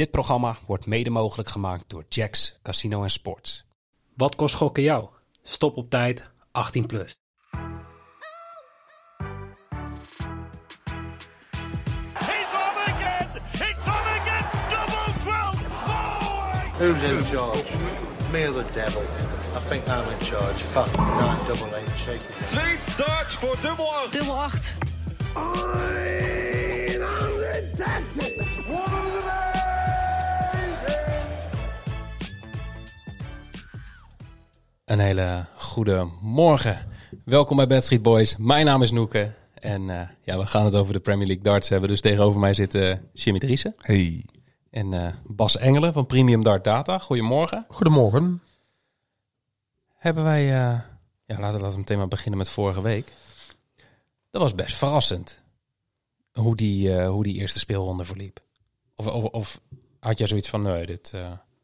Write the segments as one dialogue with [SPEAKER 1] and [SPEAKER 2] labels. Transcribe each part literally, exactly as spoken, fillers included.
[SPEAKER 1] Dit programma wordt mede mogelijk gemaakt door Jacks Casino en Sports.
[SPEAKER 2] Wat kost gokken jou? Stop op tijd, achttien plus.
[SPEAKER 3] Who's in charge? Me or the devil? I think I'm in charge. Fuck, nine, double eight, shake it.
[SPEAKER 4] Twee darts voor dubbel acht.
[SPEAKER 5] Dubbel acht.
[SPEAKER 1] Een hele goede morgen. Welkom bij Bad Street Boys. Mijn naam is Noeke. En uh, ja, we gaan het over de Premier League darts hebben. Dus tegenover mij zit uh, Jimmy Driessen.
[SPEAKER 6] Hey.
[SPEAKER 1] En uh, Bas Engelen van Premium Dart Data. Goedemorgen.
[SPEAKER 6] Goedemorgen.
[SPEAKER 1] Hebben wij... Uh, ja, laten, laten we meteen maar beginnen met vorige week. Dat was best verrassend. Hoe die, uh, hoe die eerste speelronde verliep. Of, of, of had jij zoiets van... Nee, dit uh,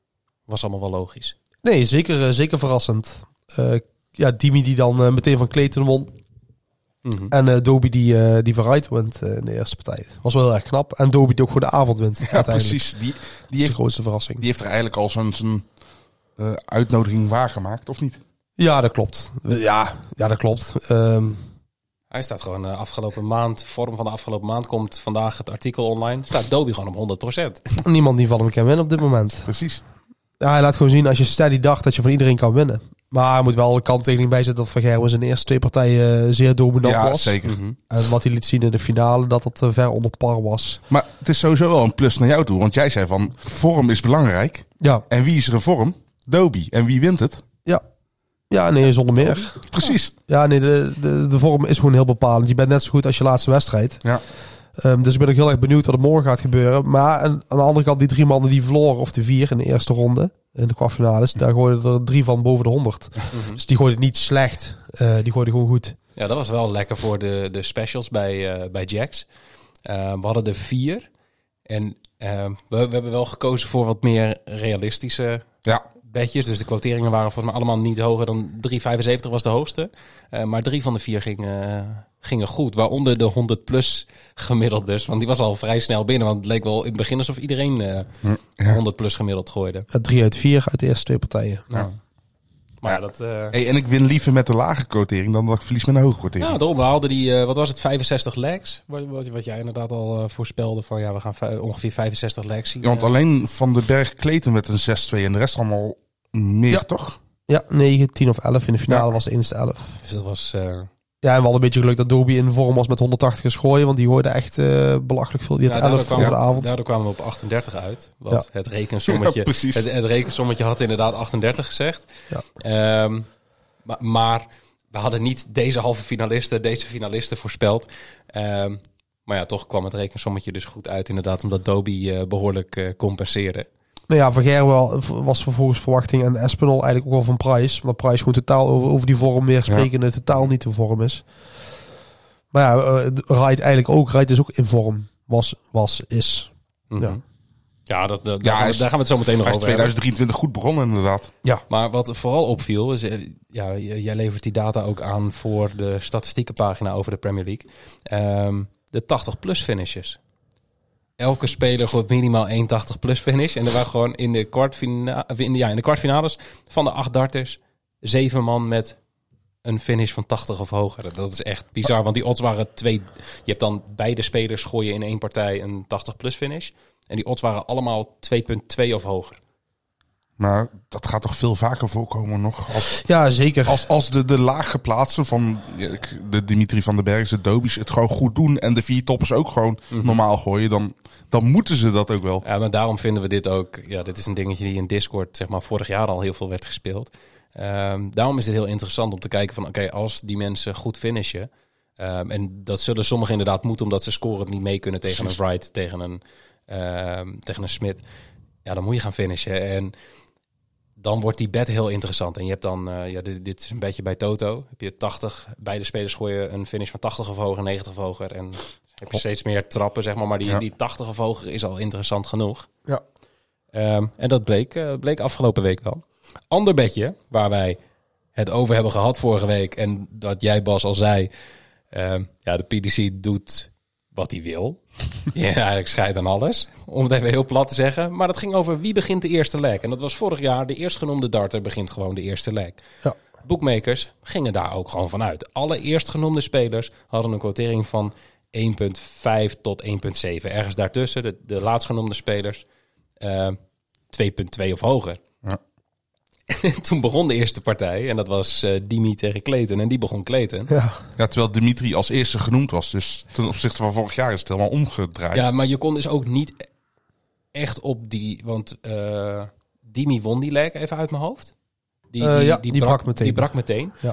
[SPEAKER 1] was allemaal wel logisch.
[SPEAKER 6] Nee, zeker, uh, zeker verrassend. Uh, ja, Dimi die dan uh, meteen van Clayton won. Mm-hmm. En uh, Dobie die, uh, die van Wright wint uh, in de eerste partij. Was wel heel erg knap. En Dobie die ook voor de avond wint.
[SPEAKER 7] Ja, precies. Die, die heeft
[SPEAKER 6] de grootste verrassing.
[SPEAKER 7] Die heeft er eigenlijk al zijn, zijn uh, uitnodiging waargemaakt, of niet?
[SPEAKER 6] Ja, dat klopt. Ja, ja dat klopt. Um,
[SPEAKER 1] Hij staat gewoon de uh, afgelopen maand, vorm van de afgelopen maand, komt vandaag het artikel online. Staat Dobie gewoon op honderd procent.
[SPEAKER 6] Niemand die van hem kan winnen op dit moment.
[SPEAKER 7] Precies.
[SPEAKER 6] Ja, hij laat gewoon zien als je steady dacht dat je van iedereen kan winnen. Maar hij moet wel de kanttekening bijzetten dat Van Gerwen zijn eerste twee partijen zeer dominant
[SPEAKER 7] ja,
[SPEAKER 6] was.
[SPEAKER 7] Ja, zeker.
[SPEAKER 6] Mm-hmm. En wat hij liet zien in de finale, dat het uh, ver onder par was.
[SPEAKER 7] Maar het is sowieso wel een plus naar jou toe. Want jij zei van, vorm is belangrijk.
[SPEAKER 6] Ja.
[SPEAKER 7] En wie is er in vorm? Dobie. En wie wint het?
[SPEAKER 6] Ja. Ja, nee, zonder meer.
[SPEAKER 7] Precies.
[SPEAKER 6] Ja, nee, de, de, de vorm is gewoon heel bepalend. Je bent net zo goed als je laatste wedstrijd.
[SPEAKER 7] Ja.
[SPEAKER 6] Um, dus ik ben ook heel erg benieuwd wat er morgen gaat gebeuren. Maar aan, aan de andere kant, die drie mannen die verloren, of de vier in de eerste ronde, in de kwartfinales, daar gooiden er drie van boven de honderd. Mm-hmm. Dus die gooiden niet slecht. Uh, die gooiden gewoon goed.
[SPEAKER 1] Ja, dat was wel lekker voor de, de specials bij, uh, bij Jacks. Uh, we hadden er vier. En uh, we, we hebben wel gekozen voor wat meer realistische
[SPEAKER 7] ja.
[SPEAKER 1] bedjes. Dus de quoteringen waren volgens mij allemaal niet hoger dan drie komma vijfenzeventig was de hoogste. Uh, maar drie van de vier gingen, uh, gingen goed. Waaronder de honderd plus gemiddeld dus. Want die was al vrij snel binnen. Want het leek wel in het begin alsof iedereen uh, ja. honderd plus gemiddeld gooide.
[SPEAKER 6] Ja, drie uit vier uit de eerste twee partijen.
[SPEAKER 1] Ja. Ja. Maar
[SPEAKER 7] ja.
[SPEAKER 1] dat... Uh...
[SPEAKER 7] Hey, en ik win liever met de lage quotering dan dat ik verlies met een hoge quotering.
[SPEAKER 1] Ja, daarom. We haalden die, uh, wat was het, vijfenzestig legs? Wat, wat, wat jij inderdaad al uh, voorspelde van ja, we gaan v- ongeveer vijfenzestig legs zien.
[SPEAKER 7] Ja, want uh, alleen Van den Berg Clayton met een zes twee en de rest allemaal meer,
[SPEAKER 6] ja.
[SPEAKER 7] toch?
[SPEAKER 6] Ja, negen, tien of elf. In de finale ja. was de eerste elf.
[SPEAKER 1] Dus dat was... Uh...
[SPEAKER 6] Ja, en we hadden een beetje geluk dat Dobie in vorm was met honderdtachtig gooien. Want die gooide echt uh, belachelijk veel. Die had ja, elf over de avond.
[SPEAKER 1] Daardoor kwamen we op achtendertig uit. Want ja. het rekensommetje,
[SPEAKER 7] ja,
[SPEAKER 1] het, het rekensommetje had inderdaad achtendertig gezegd. Ja. Um, maar, maar we hadden niet deze halve finalisten, deze finalisten voorspeld. Um, maar ja, toch kwam het rekensommetje dus goed uit inderdaad. Omdat Dobie uh, behoorlijk uh, compenseerde.
[SPEAKER 6] Nou ja, Van Gerwen was volgens verwachting en Espinol eigenlijk ook wel van Price. Maar Price gewoon totaal over, over die vorm meer sprekende ja. totaal niet in vorm is. Maar ja, uh, Wright eigenlijk ook. Wright is ook in vorm. Was, was, is.
[SPEAKER 1] Mm-hmm.
[SPEAKER 6] Ja.
[SPEAKER 1] Ja, dat, dat, ja daar, gaan we, daar gaan we het zo meteen nog over hebben.
[SPEAKER 7] Hij is tweeduizend drieëntwintig goed begonnen inderdaad.
[SPEAKER 1] Ja. Maar wat vooral opviel is... Ja, jij levert die data ook aan voor de statistiekenpagina over de Premier League. Um, de tachtig plus finishes. Elke speler gooit minimaal één tachtig plus finish. En er waren gewoon in de, kwartfina- in de, ja, in de kwartfinales van de acht darters... zeven man met een finish van tachtig of hoger. Dat is echt bizar, want die odds waren twee... Je hebt dan beide spelers gooien in één partij een tachtig plus finish... En die odds waren allemaal twee komma twee of hoger.
[SPEAKER 7] Maar dat gaat toch veel vaker voorkomen nog? Als,
[SPEAKER 6] ja, zeker.
[SPEAKER 7] Als, als de, de laag geplaatste van de Dimitri van den Berg, de Dobies, het gewoon goed doen... en de vier toppers ook gewoon mm-hmm. normaal gooien... Dan, dan moeten ze dat ook wel.
[SPEAKER 1] Ja, maar daarom vinden we dit ook... Ja, dit is een dingetje die in Discord zeg maar vorig jaar al heel veel werd gespeeld. Um, daarom is het heel interessant om te kijken van... Oké, okay, als die mensen goed finishen... Um, en dat zullen sommigen inderdaad moeten... omdat ze scorend niet mee kunnen tegen Precies. een Wright, tegen een... Uh, tegen een Smit, ja, dan moet je gaan finishen. En dan wordt die bet heel interessant. En je hebt dan, uh, ja, dit, dit is een beetje bij Toto. Heb je tachtig, beide spelers gooien een finish van tachtig of hoger, negentig of hoger. En heb je steeds meer trappen, zeg maar. Maar die, ja. die tachtig of hoger is al interessant genoeg.
[SPEAKER 6] Ja.
[SPEAKER 1] Um, en dat bleek, uh, bleek afgelopen week wel. Ander bedje, waar wij het over hebben gehad vorige week. En dat jij, Bas, al zei. Um, ja, de P D C doet... wat hij wil. Ja, eigenlijk scheidt aan alles, om het even heel plat te zeggen. Maar het ging over wie begint de eerste leg. En dat was vorig jaar, de eerstgenoemde darter begint gewoon de eerste leg.
[SPEAKER 6] Ja.
[SPEAKER 1] Bookmakers gingen daar ook gewoon vanuit. Alle eerstgenoemde spelers hadden een quotering van één komma vijf tot één komma zeven. Ergens daartussen, de, de laatstgenoemde spelers, uh, twee komma twee of hoger.
[SPEAKER 7] Ja.
[SPEAKER 1] En toen begon de eerste partij. En dat was uh, Dimi tegen Clayton. En die begon Clayton.
[SPEAKER 6] Ja.
[SPEAKER 7] Ja, terwijl Dimitri als eerste genoemd was. Dus ten opzichte van vorig jaar is het helemaal omgedraaid.
[SPEAKER 1] Ja, maar je kon dus ook niet echt op die... Want uh, Dimi won die leg even uit mijn hoofd. Die,
[SPEAKER 6] Uh, ja, die brak meteen.
[SPEAKER 1] Die brak meteen.
[SPEAKER 6] Ja.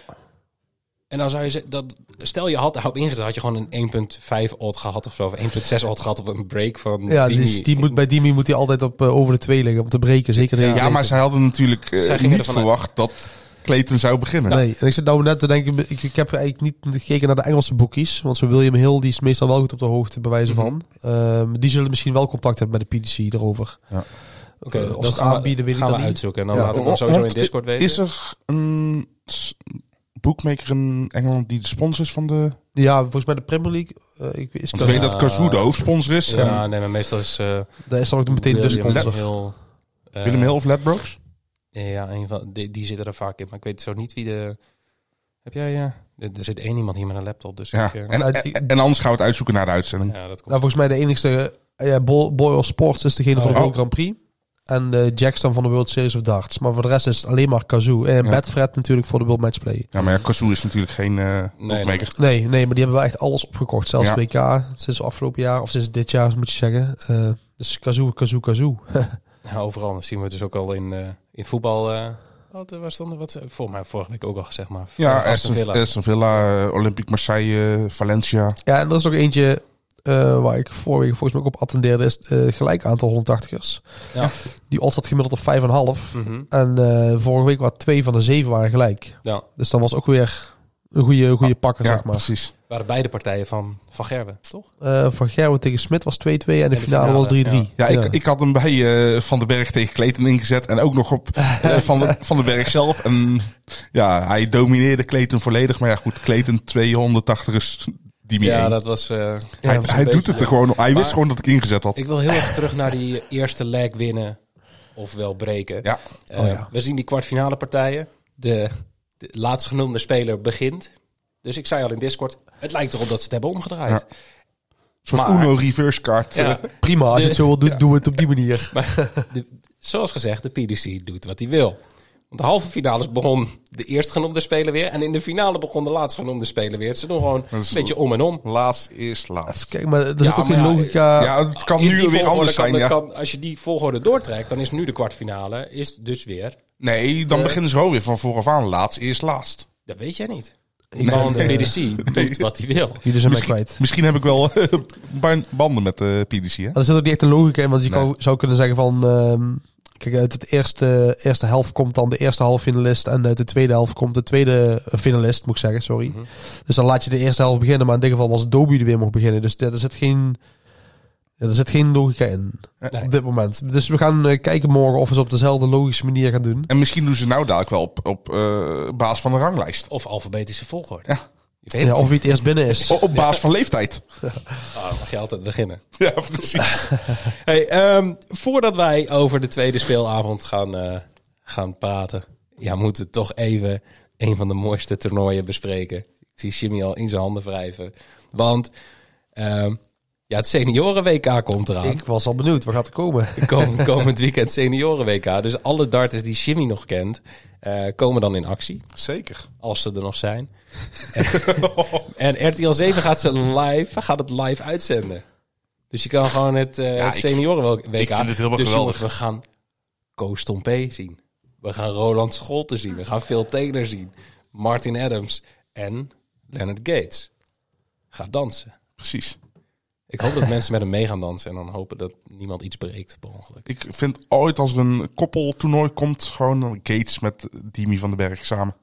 [SPEAKER 1] En dan zou je zeggen, dat, stel je had daarop ingezet, had je gewoon een één komma vijf odd gehad of zo. Of één komma zes odd gehad op een break van
[SPEAKER 6] Ja,
[SPEAKER 1] Dimi.
[SPEAKER 6] dus die moet, bij Dimi moet hij altijd op uh, over de twee liggen om te breken. Zeker tegen
[SPEAKER 7] Ja, maar
[SPEAKER 6] Clayton.
[SPEAKER 7] zij hadden natuurlijk uh,
[SPEAKER 1] Zij gingen
[SPEAKER 7] niet
[SPEAKER 1] ervan
[SPEAKER 7] verwacht dat Clayton zou beginnen.
[SPEAKER 6] Nee, en ik zit nou net te denken, ik, ik heb eigenlijk niet gekeken naar de Engelse boekies. Want zo William Hill, die is meestal wel goed op de hoogte, bij wijze van. Um, die zullen misschien wel contact hebben met de P D C erover.
[SPEAKER 7] Ja.
[SPEAKER 1] Oké,
[SPEAKER 6] Uh, of
[SPEAKER 1] dat
[SPEAKER 6] ze
[SPEAKER 1] gaan
[SPEAKER 6] aanbieden,
[SPEAKER 1] we,
[SPEAKER 6] weet ik
[SPEAKER 1] gaan
[SPEAKER 6] dan
[SPEAKER 1] we
[SPEAKER 6] niet.
[SPEAKER 1] uitzoeken. En dan
[SPEAKER 6] Ja.
[SPEAKER 1] laten we dan sowieso in
[SPEAKER 7] Want
[SPEAKER 1] Discord weten.
[SPEAKER 7] Is er een s- bookmaker in Engeland die de sponsor is van de...
[SPEAKER 6] Ja, volgens mij de Premier League. Uh, ik, is
[SPEAKER 7] Want ik weet dat Kazoo de hoofdsponsor is. En
[SPEAKER 1] Ja, nee, maar meestal is... Uh,
[SPEAKER 6] daar is dan ook meteen de
[SPEAKER 1] William
[SPEAKER 6] sponsor.
[SPEAKER 1] Hill, uh,
[SPEAKER 7] Willem Hill of Ledbrokes?
[SPEAKER 1] Ja, een van, die, die zitten er vaak in. Maar ik weet zo niet wie de... Heb jij... Ja, er, er zit één iemand hier met een laptop. Dus
[SPEAKER 7] Ja.
[SPEAKER 1] ik, uh,
[SPEAKER 7] En, en, en anders gaan we het uitzoeken naar de uitzending.
[SPEAKER 1] ja, dat komt.
[SPEAKER 6] Nou, volgens mij de enigste... Uh, ja, Bo- Boyle Sports is degene van de
[SPEAKER 7] Oh.
[SPEAKER 6] World Grand Prix. En uh, Jax dan van de World Series of Darts. Maar voor de rest is het alleen maar Kazoo. En
[SPEAKER 7] Ja.
[SPEAKER 6] Betfred natuurlijk voor de World Matchplay.
[SPEAKER 7] Ja, maar ja, Kazoo is natuurlijk geen uh, bookmaker.
[SPEAKER 6] Nee, nee, maar die hebben wel echt alles opgekocht. Zelfs
[SPEAKER 7] Ja.
[SPEAKER 6] W K, sinds afgelopen jaar. Of sinds dit jaar, moet je zeggen. Uh, dus Kazoo, Kazoo, Kazoo.
[SPEAKER 1] Ja, overal. Dat zien we dus ook al in, uh, in voetbal. Uh, wat was dan? Wat, volgens mij vorige week ook al gezegd. Maar
[SPEAKER 7] Ja,
[SPEAKER 1] Aston
[SPEAKER 7] Aston
[SPEAKER 1] Villa.
[SPEAKER 7] Villa, Aston Villa uh, Olympique Marseille, uh, Valencia.
[SPEAKER 6] Ja, en er is nog eentje... Uh, waar ik vorige week volgens mij ook op attendeerde, is uh, gelijk aantal honderdtachtigers.
[SPEAKER 1] Ja.
[SPEAKER 6] Die odds had gemiddeld op vijf komma vijf.
[SPEAKER 1] Mm-hmm.
[SPEAKER 6] En uh, vorige week waren twee van de zeven waren gelijk.
[SPEAKER 1] Ja.
[SPEAKER 6] Dus dat was ook weer een goede, goede pakker,
[SPEAKER 7] Ja,
[SPEAKER 6] zeg maar.
[SPEAKER 7] precies.
[SPEAKER 1] Waren beide partijen van Van Gerwen, toch?
[SPEAKER 6] Uh, van Gerwen tegen Smit was twee twee en de,
[SPEAKER 1] En de
[SPEAKER 6] finale,
[SPEAKER 1] finale,
[SPEAKER 6] was drie drie.
[SPEAKER 7] Ja, ik, ik had hem bij uh, Van den Berg tegen Clayton ingezet. En ook nog op uh, van, de, van den Berg zelf. En ja, hij domineerde Clayton volledig. Maar ja, goed, Clayton tweehonderdtachtigers. Die meer
[SPEAKER 1] Ja,
[SPEAKER 7] één.
[SPEAKER 1] dat was... Uh,
[SPEAKER 6] Ja,
[SPEAKER 7] hij
[SPEAKER 6] was
[SPEAKER 7] hij
[SPEAKER 1] een
[SPEAKER 7] doet
[SPEAKER 1] beetje-
[SPEAKER 7] het er gewoon op. Hij
[SPEAKER 1] Maar-
[SPEAKER 7] wist gewoon dat ik ingezet had.
[SPEAKER 1] Ik wil heel even terug naar die eerste leg winnen ofwel breken.
[SPEAKER 7] Ja.
[SPEAKER 1] Uh,
[SPEAKER 6] Oh ja.
[SPEAKER 1] We zien die kwartfinale partijen. De, de laatstgenoemde speler begint. Dus ik zei al in Discord, het lijkt erop dat ze het hebben omgedraaid.
[SPEAKER 7] Ja. Een soort
[SPEAKER 1] Maar-
[SPEAKER 7] Uno reverse kaart.
[SPEAKER 1] Ja.
[SPEAKER 7] Uh,
[SPEAKER 6] Prima, als je
[SPEAKER 1] De-
[SPEAKER 6] het zo wil doen,
[SPEAKER 1] ja.
[SPEAKER 6] doen we het op die manier.
[SPEAKER 1] Maar de, zoals gezegd, de P D C doet wat hij wil. Want de halve finales begon de eerstgenoemde speler weer. En in de finale begon de laatstgenoemde speler weer. Ze doen gewoon
[SPEAKER 7] Dat
[SPEAKER 1] een
[SPEAKER 7] is-
[SPEAKER 1] beetje om en om.
[SPEAKER 7] laatst is laatst.
[SPEAKER 6] Kijk, maar er
[SPEAKER 1] Ja,
[SPEAKER 6] zit ook
[SPEAKER 1] maar
[SPEAKER 6] geen
[SPEAKER 1] ja,
[SPEAKER 6] logica...
[SPEAKER 7] Ja, het kan
[SPEAKER 1] In
[SPEAKER 7] nu
[SPEAKER 1] die
[SPEAKER 7] weer
[SPEAKER 1] volgorde
[SPEAKER 7] anders
[SPEAKER 1] kan-
[SPEAKER 7] zijn. Ja.
[SPEAKER 1] kan- als je die volgorde doortrekt, dan is nu de kwartfinale is dus weer...
[SPEAKER 7] Nee, dan
[SPEAKER 1] Eh.
[SPEAKER 7] beginnen ze gewoon weer van vooraf aan. Laatst is laatst.
[SPEAKER 1] Dat weet jij niet.
[SPEAKER 6] Ik
[SPEAKER 1] Want
[SPEAKER 6] ben,
[SPEAKER 1] de
[SPEAKER 6] eh,
[SPEAKER 1] P D C doet wat hij wil.
[SPEAKER 6] Jullie zijn mij
[SPEAKER 7] Misschien,
[SPEAKER 6] kwijt.
[SPEAKER 7] misschien heb ik wel ban- banden met de P D C. Hè?
[SPEAKER 6] Maar er zit ook niet echt een logica in, want je
[SPEAKER 7] Nee.
[SPEAKER 6] kan, zou kunnen zeggen van... ehm, kijk, uit het eerste, eerste helft komt dan de eerste halffinalist en uit de tweede helft komt de tweede finalist, moet ik zeggen, sorry.
[SPEAKER 1] Mhm.
[SPEAKER 6] Dus dan laat je de eerste helft beginnen, maar in dit geval was Dobie er weer mocht beginnen. Dus er zit geen, ja, er zit geen logica in
[SPEAKER 1] Nee.
[SPEAKER 6] op dit moment. Dus we gaan uh, kijken morgen of we ze op dezelfde logische manier gaan doen.
[SPEAKER 7] En misschien doen ze nou dadelijk wel op, op uh, basis van de ranglijst.
[SPEAKER 1] Of alfabetische volgorde.
[SPEAKER 7] Ja.
[SPEAKER 1] Je weet
[SPEAKER 6] Ja,
[SPEAKER 1] het
[SPEAKER 6] of wie het eerst binnen is.
[SPEAKER 7] O- op basis van leeftijd.
[SPEAKER 1] Ah, dan mag je altijd beginnen.
[SPEAKER 7] Ja, precies.
[SPEAKER 1] Hey, ehm, voordat wij over de tweede speelavond gaan, uh, gaan praten, ja, moeten we toch even een van de mooiste toernooien bespreken. Ik zie Jimmy al in zijn handen wrijven. Want um, ja, het senioren-W K komt eraan.
[SPEAKER 6] Ik was al benieuwd, wat gaat er komen?
[SPEAKER 1] Kom, komend weekend senioren-W K. Dus alle darters die Jimmy nog kent, uh, komen dan in actie.
[SPEAKER 7] Zeker.
[SPEAKER 1] Als ze er nog zijn. En R T L zeven gaat ze live, gaat het live uitzenden. Dus je kan gewoon het, uh,
[SPEAKER 7] Ja,
[SPEAKER 1] het
[SPEAKER 7] ik-
[SPEAKER 1] senioren-W K.
[SPEAKER 7] ik vind het helemaal
[SPEAKER 1] dus
[SPEAKER 7] geweldig.
[SPEAKER 1] jongens, we gaan Koos Tompé zien. We gaan Roland Scholte zien. We gaan Phil Taylor zien. Martin Adams en Leonard Gates. Gaat dansen.
[SPEAKER 7] Precies.
[SPEAKER 1] Ik hoop dat mensen met hem mee gaan dansen. En dan hopen dat niemand iets breekt per ongeluk.
[SPEAKER 7] Ik vind ooit als er een koppeltoernooi komt, gewoon Gates met Dimi van den Berg samen.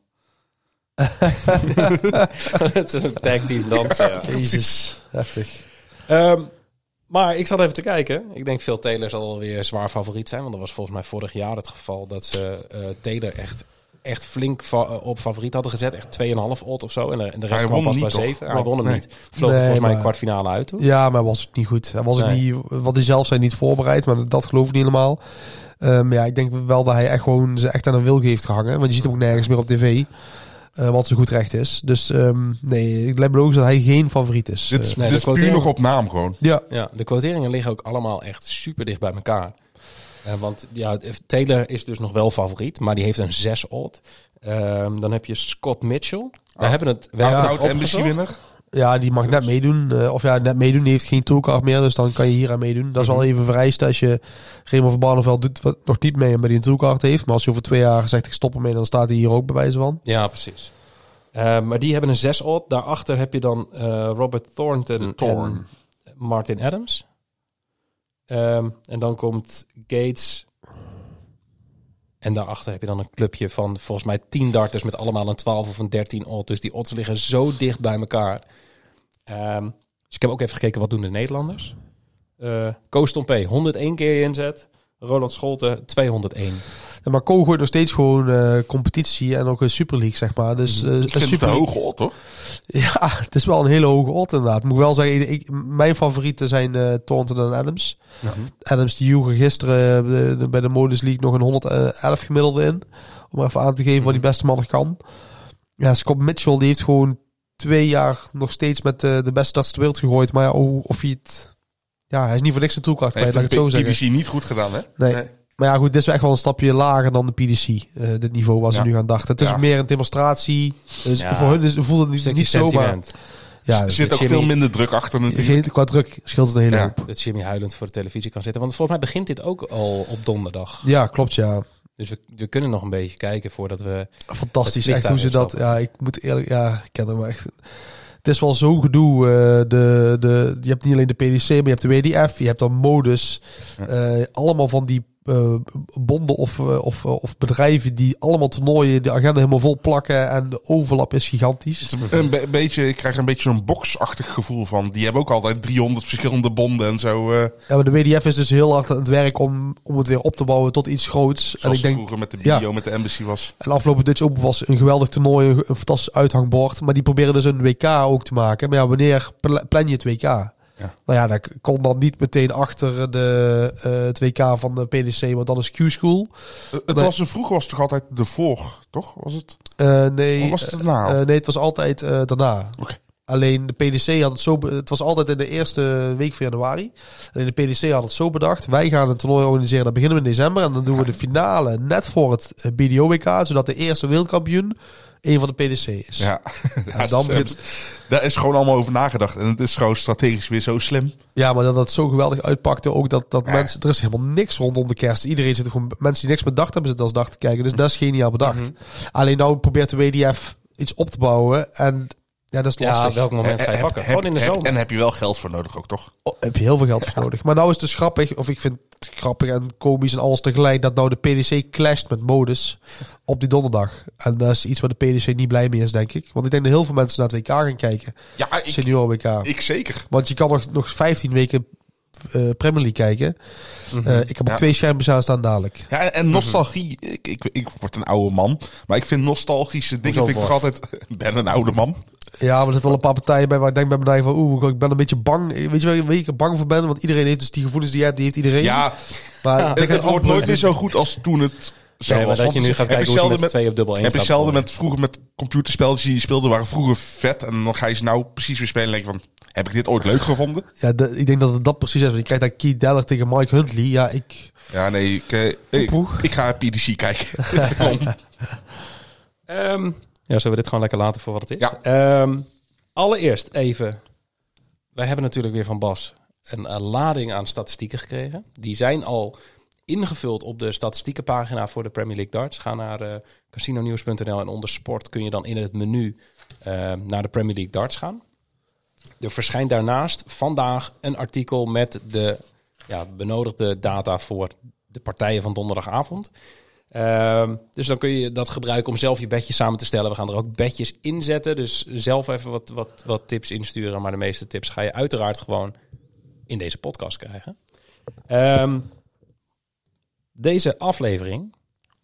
[SPEAKER 1] Het is een tag team dansen, ja.
[SPEAKER 6] Jezus, heftig.
[SPEAKER 1] Um, maar ik zat even te kijken. Ik denk Phil Taylor zal weer zwaar favoriet zijn. Want dat was volgens mij vorig jaar het geval dat ze uh, Taylor echt echt flink fa- op favoriet hadden gezet. Echt twee komma vijf odd of zo. En de, en de rest
[SPEAKER 7] Hij
[SPEAKER 1] kwam
[SPEAKER 7] won
[SPEAKER 1] pas bij
[SPEAKER 7] niet, toch?
[SPEAKER 1] zeven. Hij won hem
[SPEAKER 7] Nee.
[SPEAKER 1] niet. Vloog
[SPEAKER 6] Nee,
[SPEAKER 1] volgens mij een
[SPEAKER 6] maar-
[SPEAKER 1] kwartfinale uit toen.
[SPEAKER 6] Ja, maar was het niet goed. Hij was ook
[SPEAKER 1] Nee.
[SPEAKER 6] niet, wat hij zelf zei, niet voorbereid. Maar dat geloof ik niet helemaal. Um, ja, ik denk wel dat hij echt gewoon ze echt aan een wilg heeft gehangen. Want je ziet hem ook nergens meer op tv. Uh, wat zo goed recht is. Dus um, nee, het lijkt me logisch dat hij geen favoriet is.
[SPEAKER 7] Dit is,
[SPEAKER 6] Uh,
[SPEAKER 1] Nee,
[SPEAKER 7] dit
[SPEAKER 1] de
[SPEAKER 7] is puur
[SPEAKER 1] quotering-
[SPEAKER 7] nog op naam gewoon.
[SPEAKER 6] ja,
[SPEAKER 1] Ja, de quoteringen liggen ook allemaal echt super dicht bij elkaar. Uh, want ja, Taylor is dus nog wel favoriet, maar die heeft een zes odd. Um, dan heb je Scott Mitchell. We
[SPEAKER 7] Ah.
[SPEAKER 1] hebben het, we
[SPEAKER 7] Ja,
[SPEAKER 1] hebben
[SPEAKER 7] oud
[SPEAKER 1] het
[SPEAKER 7] N B
[SPEAKER 1] opgezocht.
[SPEAKER 7] C-winner.
[SPEAKER 6] ja, die mag net meedoen. Uh, of ja, net meedoen. Die heeft geen toolcard meer. Dus dan kan je hier aan meedoen. Dat is wel even vereist als je Raymond van Barneveld doet wat nog niet mee, maar die een toolcard heeft. Maar als je over twee jaar zegt ik stop ermee, dan staat hij hier ook bij wijze van.
[SPEAKER 1] Ja, precies. Uh, maar die hebben een zes odd. Daarachter heb je dan uh, Robert Thornton
[SPEAKER 7] De Thorn.
[SPEAKER 1] en Martin Adams. Um, en dan komt Gates. En daarachter heb je dan een clubje van volgens mij tien darters met allemaal een twaalf of een dertien odd. Dus die odds liggen zo dicht bij elkaar. Um, dus ik heb ook even gekeken wat doen de Nederlanders. Uh, Koos Tompé, honderdéén keer inzet. Roland Scholten, tweehonderdéén.
[SPEAKER 6] Ja, maar Ko gooit nog steeds gewoon uh, competitie en ook een Super League, zeg maar. Dus, uh,
[SPEAKER 7] Ik vind het
[SPEAKER 6] Super
[SPEAKER 7] een
[SPEAKER 6] League-
[SPEAKER 7] hoge odd, hoor.
[SPEAKER 6] Ja, het is wel een hele hoge odd inderdaad. Moet ik wel zeggen, ik, mijn favorieten zijn uh, Thornton en Adams.
[SPEAKER 1] Ja.
[SPEAKER 6] Adams die joegen gisteren de, de, bij de Modus League nog een honderdelf gemiddelde in. Om maar even aan te geven wat die beste man nog kan. Ja, Scott Mitchell die heeft gewoon twee jaar nog steeds met uh, de beste darts ter wereld gegooid. Maar ja, of, of hij het... Ja, hij is niet voor niks een toolcard
[SPEAKER 7] Hij
[SPEAKER 6] kwijt,
[SPEAKER 7] heeft
[SPEAKER 6] laat ik
[SPEAKER 7] de
[SPEAKER 6] het zo zeggen.
[SPEAKER 7] P D C niet goed gedaan, hè?
[SPEAKER 6] Nee. Maar ja, goed, dit is echt wel een stapje lager dan de P D C. Uh, dit niveau waar ze
[SPEAKER 7] Ja.
[SPEAKER 6] nu aan dachten. Het is
[SPEAKER 7] Ja.
[SPEAKER 6] ook meer een demonstratie. Dus
[SPEAKER 1] Ja.
[SPEAKER 6] voor hun is, voelt het niet,
[SPEAKER 1] Stukje
[SPEAKER 6] niet zo, maar...
[SPEAKER 1] sentiment.
[SPEAKER 6] Ja,
[SPEAKER 7] Er zit ook
[SPEAKER 1] Jimmy-
[SPEAKER 7] veel minder druk achter natuurlijk.
[SPEAKER 6] geen, qua druk scheelt het een hele
[SPEAKER 7] Ja.
[SPEAKER 6] hoop.
[SPEAKER 1] Dat Jimmy huilend voor de televisie kan zitten. Want volgens mij begint dit ook al op donderdag.
[SPEAKER 6] Ja, klopt, ja.
[SPEAKER 1] Dus we, we kunnen nog een beetje kijken voordat we...
[SPEAKER 6] Fantastisch,
[SPEAKER 1] Het
[SPEAKER 6] echt hoe ze dat...
[SPEAKER 1] vliegtuig
[SPEAKER 6] Ja, ik moet eerlijk... Ja, ik ken hem wel echt... Het is wel zo'n gedoe. Uh, de, de, je hebt niet alleen de P D C, maar je hebt de W D F. Je hebt dan modus. Uh, allemaal van die uh, bonden of, uh, of, uh, of bedrijven die allemaal toernooien de agenda helemaal vol plakken. En de overlap is gigantisch.
[SPEAKER 7] Het is een be- beetje, ik krijg een beetje zo'n boxachtig gevoel van. Die hebben ook altijd driehonderd verschillende bonden en zo. Uh,
[SPEAKER 6] Ja, maar de W D F is dus heel hard aan het werk om, om het weer op te bouwen tot iets groots.
[SPEAKER 7] zoals
[SPEAKER 6] En ik
[SPEAKER 7] het
[SPEAKER 6] denk,
[SPEAKER 7] vroeger met de
[SPEAKER 6] ja.
[SPEAKER 7] bio, met de embassy was.
[SPEAKER 6] En afgelopen Dutch Open was een geweldig toernooi, een, een fantastisch uithangbord. Maar die proberen dus een W K ook te maken. Maar ja, wanneer pla- plan je het W K?
[SPEAKER 7] Ja.
[SPEAKER 6] Nou ja, dat kon dan niet meteen achter de, uh, het W K van de P D C, want dan is Q-School.
[SPEAKER 7] Uh, het
[SPEAKER 6] Nee.
[SPEAKER 7] was vroeger was het toch altijd de voor, toch? Was het?
[SPEAKER 6] Uh, nee,
[SPEAKER 7] Of was het daarna?
[SPEAKER 6] uh, nee, het was altijd uh, daarna.
[SPEAKER 7] Oké.
[SPEAKER 6] Alleen de P D C had het zo... be- Het was altijd in de eerste week van januari. Alleen de P D C had het zo bedacht. Wij gaan een toernooi organiseren. Dat beginnen we in december. En dan doen we de finale net voor het B D O W K. Zodat de eerste wereldkampioen een van de P D C is.
[SPEAKER 7] Ja,
[SPEAKER 6] Ja,
[SPEAKER 7] ja
[SPEAKER 6] dan
[SPEAKER 7] dan
[SPEAKER 6] begint-
[SPEAKER 7] daar is gewoon allemaal over nagedacht. En het is gewoon strategisch weer zo slim.
[SPEAKER 6] Ja, maar dat dat zo geweldig uitpakte. Ook dat, dat
[SPEAKER 7] Ja.
[SPEAKER 6] mensen... Er is helemaal niks rondom de kerst. Iedereen zit er gewoon... Mensen die niks met dag hebben zitten als dag te kijken. Dus dat is geniaal bedacht.
[SPEAKER 1] Mhm.
[SPEAKER 6] Alleen nou probeert de W D F iets op te bouwen. En ja, dat is lastig.
[SPEAKER 1] Ja, welk moment ga je
[SPEAKER 7] Heb-
[SPEAKER 1] pakken?
[SPEAKER 7] heb-
[SPEAKER 1] Gewoon in de
[SPEAKER 7] heb-
[SPEAKER 1] zomer.
[SPEAKER 7] En heb je wel geld voor nodig ook, toch?
[SPEAKER 6] Oh, heb je heel veel geld voor nodig. Maar nou is het dus grappig, of ik vind het grappig en komisch en alles tegelijk, dat nou de P D C clasht met modus op die donderdag. En dat is iets waar de P D C niet blij mee is, denk ik. Want ik denk dat heel veel mensen naar het W K gaan kijken.
[SPEAKER 7] Ja, ik,
[SPEAKER 6] Senioren W K.
[SPEAKER 7] ik zeker.
[SPEAKER 6] Want je kan nog, nog vijftien weken uh, Premier League kijken. Uh, ik heb ook
[SPEAKER 7] Ja.
[SPEAKER 6] twee schermpjes aan staan dadelijk.
[SPEAKER 7] Ja, en nostalgie. Ik, ik, ik word een oude man. Maar ik vind nostalgische dingen
[SPEAKER 1] Hoezo
[SPEAKER 7] vind ik toch altijd... Ik ben een oude man.
[SPEAKER 6] Ja, maar er zitten wel een paar partijen bij waar ik denk bij mij van, oeh, ik ben een beetje bang. Weet je waar ik- waar ik bang voor ben? Want iedereen heeft dus die gevoelens die je hebt, die heeft iedereen.
[SPEAKER 7] Ja,
[SPEAKER 6] maar ik
[SPEAKER 7] het,
[SPEAKER 6] denk
[SPEAKER 7] het
[SPEAKER 6] dat
[SPEAKER 7] wordt nooit meer zo goed als toen het zo
[SPEAKER 1] Nee, maar
[SPEAKER 7] was.
[SPEAKER 1] dat je
[SPEAKER 7] Want
[SPEAKER 1] nu gaat
[SPEAKER 7] heb
[SPEAKER 1] kijken
[SPEAKER 7] je
[SPEAKER 1] hoe ze
[SPEAKER 7] zelden
[SPEAKER 1] met twee op dubbel één
[SPEAKER 7] Heb je
[SPEAKER 1] staat
[SPEAKER 7] zelden
[SPEAKER 1] gooien.
[SPEAKER 7] met vroeger met computerspelletjes die je speelde waren vroeger vet. En dan ga je ze nou precies weer spelen en denk je van... Heb ik dit ooit leuk gevonden?
[SPEAKER 6] Ja, de- ik denk dat het dat precies is. Want je krijgt daar Keith Deller tegen Mike Huntley. Ja, ik...
[SPEAKER 7] Ja, nee, ik, eh, ik,
[SPEAKER 6] Oeh.
[SPEAKER 7] ik ga P D C kijken.
[SPEAKER 1] Ehm, ja, zullen we dit gewoon lekker laten voor wat het is?
[SPEAKER 7] Ja.
[SPEAKER 1] Ehm, allereerst even. Wij hebben natuurlijk weer van Bas een, een lading aan statistieken gekregen. Die zijn al ingevuld op de statistiekenpagina voor de Premier League Darts. Ga naar uh, casinonews punt n l en onder sport kun je dan in het menu uh, naar de Premier League Darts gaan. Er verschijnt daarnaast vandaag een artikel met de ja, benodigde data voor de partijen van donderdagavond. Um, dus dan kun je dat gebruiken om zelf je bedjes samen te stellen. We gaan er ook bedjes in zetten. Dus zelf even wat, wat, wat tips insturen. Maar de meeste tips ga je uiteraard gewoon in deze podcast krijgen. Um, deze aflevering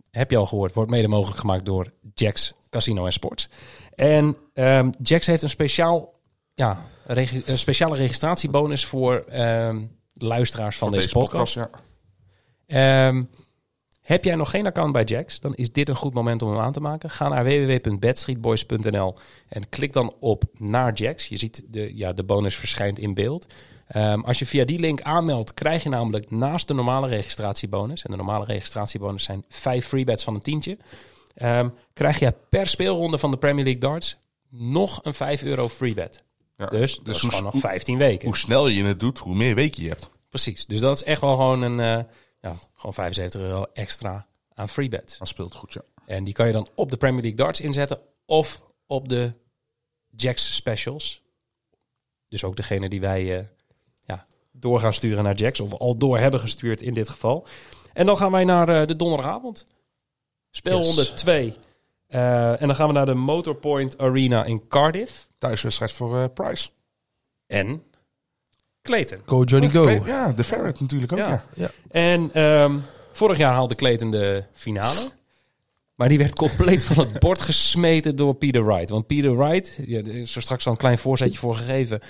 [SPEAKER 1] heb je al gehoord, wordt mede mogelijk gemaakt door Jack's Casino en Sports. En um, Jack's heeft een, speciaal, ja, regi- een speciale registratiebonus voor um, luisteraars van, van deze, deze podcast. podcast ja. um, heb jij nog geen account bij Jack's, dan is dit een goed moment om hem aan te maken. Ga naar w w w punt bad street boys punt n l en klik dan op naar Jack's. Je ziet de, ja, de bonus verschijnt in beeld. Um, als je via die link aanmeldt, krijg je namelijk naast de normale registratiebonus, en de normale registratiebonus zijn vijf free bets van een tientje, um, krijg je per speelronde van de Premier League Darts nog een vijf euro free bet. Ja, dus dat dus is hoe, gewoon nog vijftien weken.
[SPEAKER 7] Hoe snel je het doet, hoe meer weken je hebt.
[SPEAKER 1] Precies, dus dat is echt wel gewoon een uh, ja, gewoon vijfenzeventig euro extra aan free bets.
[SPEAKER 7] Dat speelt goed, ja.
[SPEAKER 1] En die kan je dan op de Premier League Darts inzetten of op de Jack's specials. Dus ook degene die wij uh, ja, door gaan sturen naar Jack's, of al door hebben gestuurd in dit geval. En dan gaan wij naar uh, de donderdagavond. Speelronde yes. twee. Uh, en dan gaan we naar de Motorpoint Arena in Cardiff.
[SPEAKER 7] Thuiswedstrijd voor uh, Price.
[SPEAKER 1] En Clayton.
[SPEAKER 6] Go Johnny Go.
[SPEAKER 7] Clayton, ja, de Ferret natuurlijk ook. Ja. Ja.
[SPEAKER 6] Ja.
[SPEAKER 1] En um, vorig jaar haalde Clayton de finale. Maar die werd compleet van het bord gesmeten door Peter Wright. Want Peter Wright, ja, er is er straks al een klein voorzetje voor gegeven.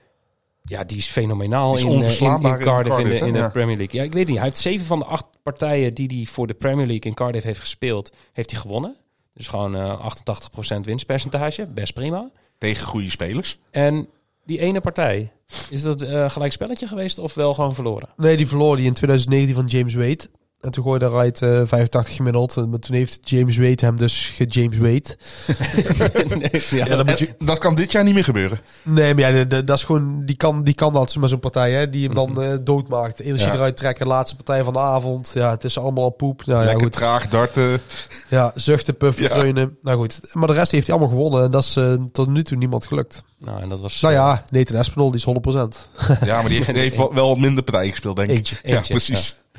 [SPEAKER 1] Ja, die is fenomenaal is in, in, in Cardiff, in, Cardiff, in, de, in de ja. Premier League. Ja, ik weet niet. Hij heeft zeven van de acht partijen die hij voor de Premier League in Cardiff heeft gespeeld, heeft hij gewonnen. Dus gewoon uh, achtentachtig procent winstpercentage. Best prima.
[SPEAKER 7] Tegen goede spelers.
[SPEAKER 1] En die ene partij, is dat uh, gelijk spelletje geweest of wel gewoon verloren?
[SPEAKER 6] Nee, die verloor die in twintig negentien van James Wade. En toen gooide Wright uh, vijfentachtig gemiddeld. Maar toen heeft James Wade hem dus ge-James Wade.
[SPEAKER 7] nee, ja, ja, dat, moet je... dat kan dit jaar niet meer gebeuren.
[SPEAKER 6] Nee, maar ja, dat is gewoon, die kan, die kan dat met zo'n partij, hè, die hem dan uh, doodmaakt. Energie ja. eruit trekken, laatste partij van de avond. Ja, het is allemaal al poep. Nou,
[SPEAKER 7] Lekker
[SPEAKER 6] ja, goed.
[SPEAKER 7] traag darten.
[SPEAKER 6] Ja, zuchten, puffen, ja. kreunen. Nou goed, maar de rest heeft hij allemaal gewonnen. En dat is uh, tot nu toe niemand gelukt.
[SPEAKER 1] Nou, en dat was...
[SPEAKER 6] Nou ja, Nathan Aspinall, die is honderd procent.
[SPEAKER 7] Ja, maar die heeft, die heeft wel minder partijen gespeeld, denk ik.
[SPEAKER 6] Eentje.
[SPEAKER 7] Ja,
[SPEAKER 1] Eentje,
[SPEAKER 7] precies.
[SPEAKER 1] Ja.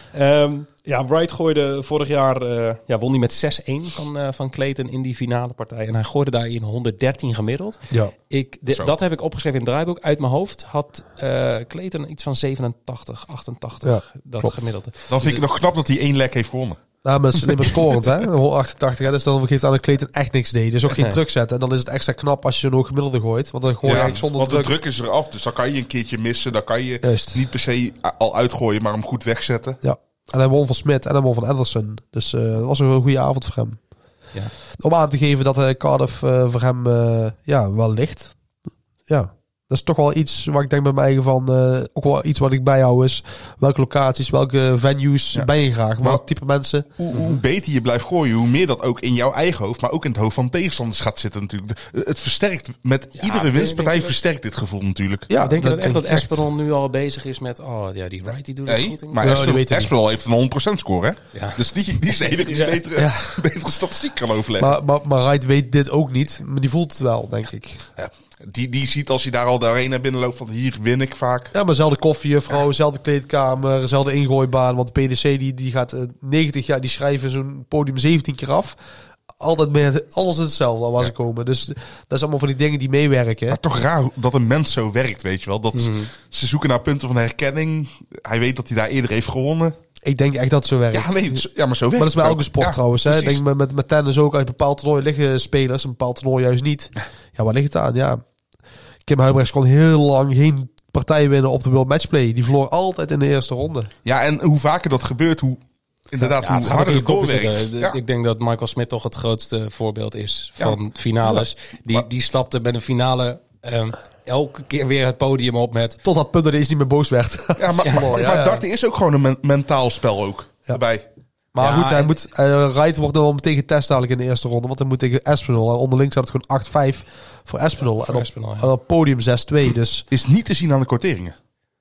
[SPEAKER 1] Um, ja, Wright gooide vorig jaar, uh, ja, won hij met zes een van, uh, van Clayton in die finale partij. En hij gooide daarin honderddertien gemiddeld.
[SPEAKER 6] Ja.
[SPEAKER 1] Ik, de, dat heb ik opgeschreven in het draaiboek. Uit mijn hoofd had uh, Clayton iets van zevenentachtig, achtentachtig. Ja, dat klopt. Gemiddelde.
[SPEAKER 7] Dan vind dus ik het nog knap dat hij één lek heeft gewonnen.
[SPEAKER 6] Nou, maar het is alleen maar scorend, hè? achtentachtig, hè? Dus dan geeft aan de Clayton echt niks deed. Dus ook geen
[SPEAKER 1] nee.
[SPEAKER 6] druk zetten. En dan is het extra knap als je zo'n hoog gemiddelde gooit. Want dan gooi je
[SPEAKER 7] ja,
[SPEAKER 6] eigenlijk zonder
[SPEAKER 7] want
[SPEAKER 6] druk.
[SPEAKER 7] de druk is eraf. Dus dan kan je een keertje missen. Dan kan je
[SPEAKER 6] Juist.
[SPEAKER 7] niet per se al uitgooien, maar hem goed wegzetten.
[SPEAKER 6] Ja. En hij won van Smith en hij won van Anderson. Dus uh, dat was een goede avond voor hem.
[SPEAKER 1] Ja.
[SPEAKER 6] Om aan te geven dat uh, Cardiff uh, voor hem uh, ja, wel ligt. Ja. Dat is toch wel iets waar ik denk bij mij van... Uh, ook wel iets wat ik bijhoud is... welke locaties, welke venues ja. ben je graag? Welke type mensen?
[SPEAKER 7] Hoe, hoe beter je blijft gooien, hoe meer dat ook in jouw eigen hoofd... maar ook in het hoofd van tegenstanders gaat zitten natuurlijk. Het versterkt, met ja, iedere winstpartij je, versterkt dit gevoel natuurlijk.
[SPEAKER 1] Ja, denk je dat, dat echt dat Aspinall nu al bezig is met... oh ja, die Wright die doet
[SPEAKER 7] nee,
[SPEAKER 1] het goed.
[SPEAKER 7] Maar
[SPEAKER 1] ja,
[SPEAKER 7] Aspinall heeft een honderd procent score, hè? Ja. Dus die, die is de enige die betere, ja. betere statistiek kan overleggen.
[SPEAKER 6] Maar, maar, maar Wright weet dit ook niet, maar die voelt het wel, denk ik.
[SPEAKER 7] Ja. Die, die ziet als je daar al de arena binnenloopt van hier win ik vaak.
[SPEAKER 6] Ja, maar zelfde koffiejuffrouw, zelfde kleedkamer, zelfde ingooibaan. Want de P D C die, die gaat uh, negentig jaar, die schrijven zo'n podium zeventien keer af. Altijd met alles hetzelfde al waar ze komen. Dus dat is allemaal van die dingen die meewerken.
[SPEAKER 7] Maar toch raar dat een mens zo werkt, weet je wel. Dat mm-hmm. ze zoeken naar punten van herkenning. Hij weet dat hij daar eerder heeft gewonnen.
[SPEAKER 6] Ik denk echt dat het zo werkt.
[SPEAKER 7] Ja, nee, ja maar zo werkt
[SPEAKER 6] Maar dat is bij elke sport ja, trouwens. Hè? Ik denk met, met, met tennis ook. Uit een bepaald toernooi liggen spelers. Een bepaald toernooi juist niet. Ja, waar ligt het aan? Ja... Kim Huibrechts kon heel lang geen partij winnen op de World Matchplay. Die verloor altijd in de eerste ronde.
[SPEAKER 7] Ja, en hoe vaker dat gebeurt, hoe inderdaad
[SPEAKER 1] ja,
[SPEAKER 7] hoe harder het doorwerkt.
[SPEAKER 1] Ja. Ik denk dat Michael Smith toch het grootste voorbeeld is van ja. finales. Die, maar, die stapte bij de finale um, elke keer weer het podium op met...
[SPEAKER 6] Tot dat punt dat hij niet meer boos werd.
[SPEAKER 7] Ja, maar, ja, maar, ja, maar darten is ook gewoon een men- mentaal spel ook. Ja. Erbij.
[SPEAKER 6] Maar ja, goed, hij en... moet, uh, Wright wordt dan wel meteen getest dadelijk in de eerste ronde. Want hij moet tegen Aspinall. En onderling staat het gewoon acht vijf voor Aspinall. Voor en, op, Aspinall ja. en op podium zes twee. Dus.
[SPEAKER 7] Is niet te zien aan de quoteringen.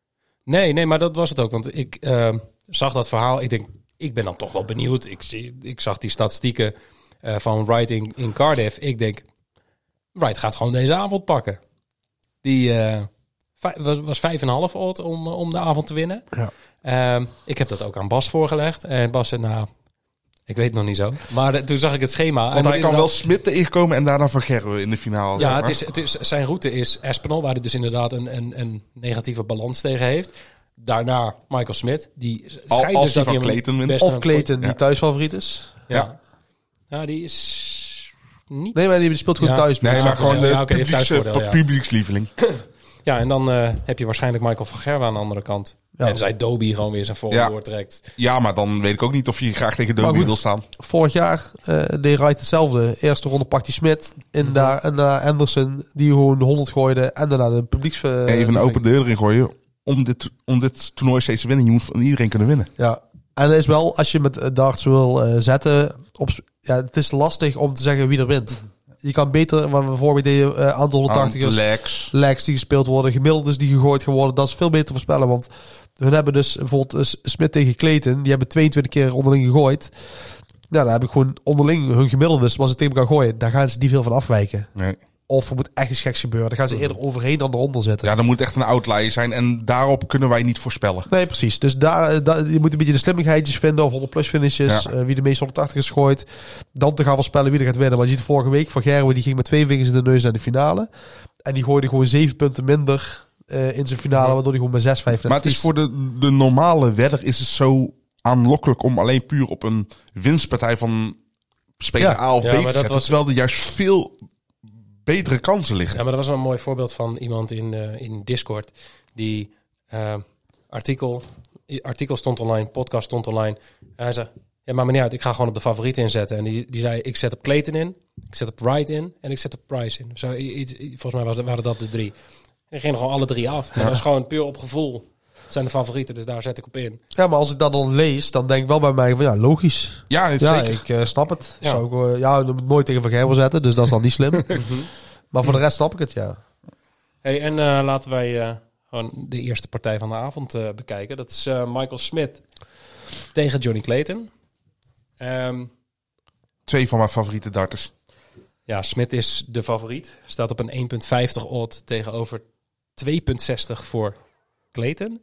[SPEAKER 1] Nee, nee, maar dat was het ook. Want ik uh, zag dat verhaal. Ik denk, ik ben dan toch wel benieuwd. Ik, zie, ik zag die statistieken uh, van Wright in, in Cardiff. Ik denk, Wright gaat gewoon deze avond pakken. Die uh, vijf, was, was vijf en een half odd om, om de avond te winnen.
[SPEAKER 6] Ja.
[SPEAKER 1] Uh, ik heb dat ook aan Bas voorgelegd. En Bas zei, nou, ik weet het nog niet zo. Maar de, toen zag ik het schema.
[SPEAKER 7] Want en hij kan wel Smit tegenkomen en daarna Van Gerwen in de finale.
[SPEAKER 1] Ja, het is, het is, zijn route is Aspinall, waar hij dus inderdaad een, een, een negatieve balans tegen heeft. daarna Michael Smith. Die
[SPEAKER 7] Al-
[SPEAKER 1] schijnt
[SPEAKER 7] als
[SPEAKER 1] dus
[SPEAKER 7] hij
[SPEAKER 1] dat
[SPEAKER 7] van
[SPEAKER 1] hij hem
[SPEAKER 7] Clayton wint.
[SPEAKER 1] best
[SPEAKER 6] Of
[SPEAKER 1] een-
[SPEAKER 6] Clayton, die
[SPEAKER 7] Ja.
[SPEAKER 6] thuisfavoriet is.
[SPEAKER 1] Ja. ja, die is niet...
[SPEAKER 6] Nee, maar die speelt gewoon
[SPEAKER 1] Ja.
[SPEAKER 6] thuis.
[SPEAKER 7] Nee,
[SPEAKER 1] Ja,
[SPEAKER 7] maar
[SPEAKER 1] ik
[SPEAKER 7] gewoon
[SPEAKER 1] zeg-
[SPEAKER 7] de
[SPEAKER 1] ja, oké, die heeft
[SPEAKER 7] publieks,
[SPEAKER 1] thuisvoordeel, ja.
[SPEAKER 7] publiekslieveling.
[SPEAKER 1] Ja, en dan uh, heb je waarschijnlijk Michael van Gerwen aan de andere kant.
[SPEAKER 6] Ja.
[SPEAKER 1] Tenzij Dobie gewoon weer zijn volle
[SPEAKER 7] Ja.
[SPEAKER 1] doortrekt.
[SPEAKER 7] Ja, maar dan weet ik ook niet of je graag tegen
[SPEAKER 6] Maar
[SPEAKER 7] Dobie
[SPEAKER 6] goed.
[SPEAKER 7] wil staan.
[SPEAKER 6] Vorig jaar uh, deed Wright hetzelfde. Eerste ronde pakt hij Smit. En daar en uh, Anderson, die gewoon de honderd gooide. En daarna de publieks... Uh,
[SPEAKER 7] Even een open deur erin gooien. Om dit, om dit toernooi steeds te winnen. Je moet van iedereen kunnen winnen.
[SPEAKER 6] Ja. En het is wel, als je met uh, darts wil uh, zetten... Op, ja, het is lastig om te zeggen wie er wint. Je kan beter, wat we vorige deden, uh, aantal honderdtachtigers...
[SPEAKER 7] Legs.
[SPEAKER 6] legs die gespeeld worden, gemiddeldes die gegooid geworden. Dat is veel beter te voorspellen. Want hun hebben dus bijvoorbeeld uh, Smit tegen Clayton. Die hebben tweeëntwintig keer onderling gegooid. Nou, dan heb ik gewoon onderling hun gemiddeldes. Maar ze tegen elkaar gooien, daar gaan ze niet veel van afwijken.
[SPEAKER 7] Nee.
[SPEAKER 6] Of er moet echt iets geks gebeuren. Dan gaan ze eerder overheen dan eronder zitten.
[SPEAKER 7] Ja, dan moet echt een outlier zijn. En daarop kunnen wij niet voorspellen.
[SPEAKER 6] Nee, precies. Dus daar, daar, je moet een beetje de slimmigheidjes vinden. Of honderd plus finishes.
[SPEAKER 7] Ja.
[SPEAKER 6] Uh, wie de meeste honderdtachtigers gooit. Dan te gaan voorspellen wie er gaat winnen. Want je ziet vorige week van Gerwen. Die ging met twee vingers in de neus naar de finale. En die gooide gewoon zeven punten minder uh, in zijn finale. Waardoor hij gewoon met zes vijf...
[SPEAKER 7] Maar het is voor de, de normale wedder is het zo aanlokkelijk om alleen puur op een winstpartij van speler
[SPEAKER 6] Ja.
[SPEAKER 7] A of B
[SPEAKER 1] Ja,
[SPEAKER 7] te
[SPEAKER 1] maar dat
[SPEAKER 7] zetten.
[SPEAKER 1] was-
[SPEAKER 7] Terwijl er juist veel betere kansen liggen.
[SPEAKER 1] Ja, maar dat was wel een mooi voorbeeld van iemand in, uh, in Discord. Die uh, artikel, artikel stond online, podcast stond online. En hij zei, ja, maar niet uit, ik ga gewoon op de favorieten inzetten. En die, die zei, ik zet op Clayton in, ik zet op Wright in en ik zet op Price in. Zo, iets, volgens mij was, waren dat de drie. En gingen gewoon alle drie af. Maar dat is gewoon puur op gevoel. Het zijn de favorieten, dus daar zet ik op in.
[SPEAKER 6] Ja, maar als ik dat dan lees, dan denk ik wel bij mij van ja, logisch.
[SPEAKER 7] Ja,
[SPEAKER 6] Ja,
[SPEAKER 7] zeker.
[SPEAKER 6] ik uh, snap het.
[SPEAKER 1] Ja.
[SPEAKER 6] Zou ik, uh, ja, nooit tegen Van Gerwen zetten, dus dat is dan niet slim. Maar voor de rest snap ik het, ja.
[SPEAKER 1] Hey, en uh, laten wij uh, gewoon de eerste partij van de avond uh, bekijken. Dat is uh, Michael Smith tegen Johnny Clayton. Um,
[SPEAKER 7] Twee van mijn favoriete darters.
[SPEAKER 1] ja, Smith is de favoriet. Staat op een één komma vijftig odd tegenover twee komma zestig voor Clayton.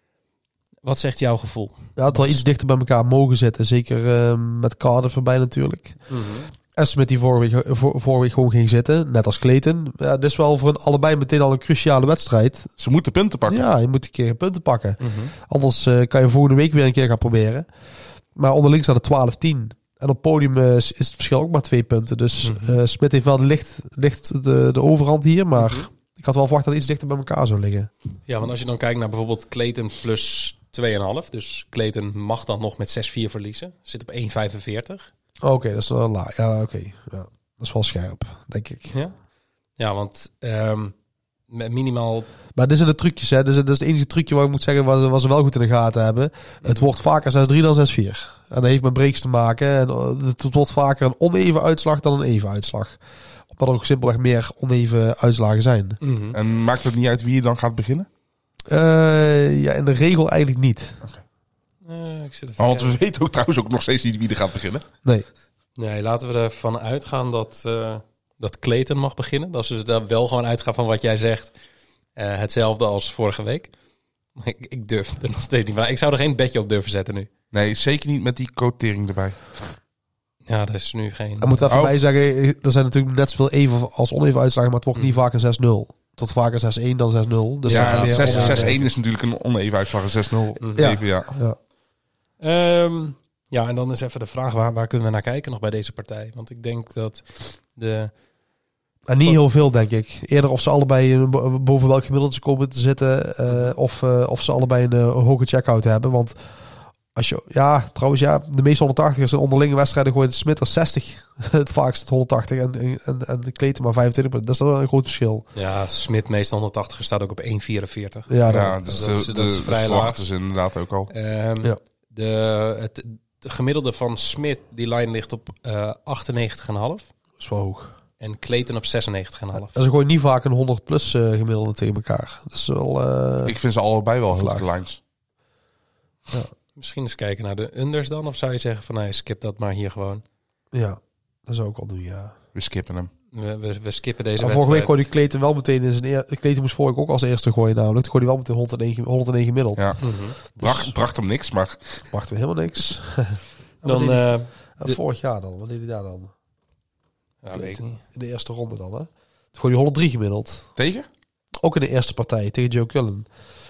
[SPEAKER 1] Wat zegt jouw gevoel?
[SPEAKER 6] Ja, het wel iets dichter bij elkaar mogen zitten. Zeker uh, met Cardiff erbij natuurlijk.
[SPEAKER 1] Mm-hmm.
[SPEAKER 6] En Smith die vorige week, vor, vorige week gewoon ging zitten, net als Clayton. Ja, dit is wel voor een, allebei meteen al een cruciale wedstrijd.
[SPEAKER 7] Ze moeten punten pakken.
[SPEAKER 6] Ja, je moet een keer punten pakken.
[SPEAKER 1] Mm-hmm.
[SPEAKER 6] Anders uh, kan je volgende week weer een keer gaan proberen. Maar onderling staat het twaalf tien. En op podium uh, is het verschil ook maar twee punten. Dus
[SPEAKER 1] Mm-hmm.
[SPEAKER 6] uh, Smith heeft wel licht, licht de, de overhand hier. Maar
[SPEAKER 1] Mm-hmm.
[SPEAKER 6] ik had wel verwacht dat het iets dichter bij elkaar zou liggen.
[SPEAKER 1] Ja, want als je dan kijkt naar bijvoorbeeld Clayton plus twee komma vijf. Dus Clayton mag dan nog met zes vier verliezen. Zit op één komma vijfenveertig.
[SPEAKER 6] Oké, okay, dat is wel laag. Ja, oké. Okay. Ja, dat is wel scherp, denk ik.
[SPEAKER 1] Ja, ja want um, met minimaal...
[SPEAKER 6] Maar dit zijn de trucjes, hè. Dat is, dat is het enige trucje waar ik moet zeggen wat, wat ze wel goed in de gaten hebben. Het wordt vaker zes drie dan zes vier. En dat heeft met breaks te maken. En het wordt vaker een oneven uitslag dan een even uitslag. Omdat er ook simpelweg meer oneven uitslagen zijn.
[SPEAKER 1] Mm-hmm.
[SPEAKER 7] En maakt het niet uit wie je dan gaat beginnen?
[SPEAKER 6] Uh, ja, in de regel eigenlijk niet.
[SPEAKER 1] Uh, ik zit
[SPEAKER 7] Oh, want we weten ook trouwens ook nog steeds niet wie er gaat beginnen.
[SPEAKER 6] Nee.
[SPEAKER 1] Nee, laten we ervan uitgaan dat, uh, dat Clayton mag beginnen. Dat ze daar wel gewoon uitgaan van wat jij zegt. Uh, hetzelfde als vorige week. Ik, ik durf er nog steeds niet van. Ik zou er geen bedje op durven zetten nu.
[SPEAKER 7] Nee, zeker niet met die quotering erbij.
[SPEAKER 1] Ja, dat is nu geen...
[SPEAKER 6] Ik moet even
[SPEAKER 7] Oh.
[SPEAKER 6] bij zeggen, er zijn natuurlijk net zoveel even als oneven uitslagen, maar het wordt niet vaak een zes nul. Tot vaker zes één dan zes nul. Dus
[SPEAKER 7] ja,
[SPEAKER 6] dan meer
[SPEAKER 7] zes
[SPEAKER 6] oneven.
[SPEAKER 7] zes één is natuurlijk een oneven uitslag. zes nul
[SPEAKER 6] Ja.
[SPEAKER 7] even, ja.
[SPEAKER 6] Ja.
[SPEAKER 1] Um, ja, en dan is even de vraag, waar, waar kunnen we naar kijken nog bij deze partij? Want ik denk dat de...
[SPEAKER 6] En niet heel veel, denk ik. Eerder of ze allebei boven welk gemiddelde ze komen te zitten. Uh, of, uh, of ze allebei een uh, hoge check-out hebben. Want als je... Ja, trouwens ja. De meeste honderdtachtigers in onderlinge wedstrijden gooien de Smit er zestig. Het vaakst het honderdtachtig. En, en, en de Clayton maar vijfentwintig. Dat is wel een groot verschil.
[SPEAKER 1] Ja, Smit meestal honderdtachtig staat ook op één komma vierenveertig.
[SPEAKER 6] Ja, dan,
[SPEAKER 7] Ja, dus
[SPEAKER 1] dat is-
[SPEAKER 7] de,
[SPEAKER 1] dat is
[SPEAKER 7] de,
[SPEAKER 1] vrij
[SPEAKER 7] de
[SPEAKER 1] laag.
[SPEAKER 7] verwachten ze inderdaad ook al.
[SPEAKER 1] Um,
[SPEAKER 6] Ja.
[SPEAKER 1] de, het, de gemiddelde van Smit, die lijn ligt op uh, achtennegentig komma vijf.
[SPEAKER 6] dat is wel hoog.
[SPEAKER 1] En Clayton op zesennegentig komma vijf.
[SPEAKER 6] En ze gooien niet vaak een honderd plus uh, gemiddelde tegen elkaar. Dat is wel... Uh,
[SPEAKER 7] Ik vind ze allebei wel heel
[SPEAKER 6] Laag.
[SPEAKER 7] de lines.
[SPEAKER 1] Misschien eens kijken naar de unders dan. Of zou je zeggen van, nee, skip dat maar hier gewoon.
[SPEAKER 6] ja, dat zou ik wel doen, ja.
[SPEAKER 7] We skippen hem.
[SPEAKER 1] We, we, we skippen deze
[SPEAKER 6] Ja, vorige week
[SPEAKER 1] wedstrijd.
[SPEAKER 6] gooide Clayton wel meteen in zijn... Eer... Clayton moest vorige week ook als eerste gooien namelijk. Toen gooide hij wel meteen honderdnegen, honderdnegen gemiddeld.
[SPEAKER 7] Ja.
[SPEAKER 1] Mhm.
[SPEAKER 7] Bracht, bracht hem niks, maar
[SPEAKER 6] Wacht we helemaal niks.
[SPEAKER 1] Dan,
[SPEAKER 6] dan,
[SPEAKER 1] uh,
[SPEAKER 6] ja,
[SPEAKER 1] de-
[SPEAKER 6] vorig jaar dan, wat deed hij daar dan?
[SPEAKER 1] ja, weet ik niet.
[SPEAKER 6] In de eerste ronde dan, hè? Toen gooide hij honderddrie gemiddeld.
[SPEAKER 7] tegen?
[SPEAKER 6] Ook in de eerste partij tegen Joe Cullen.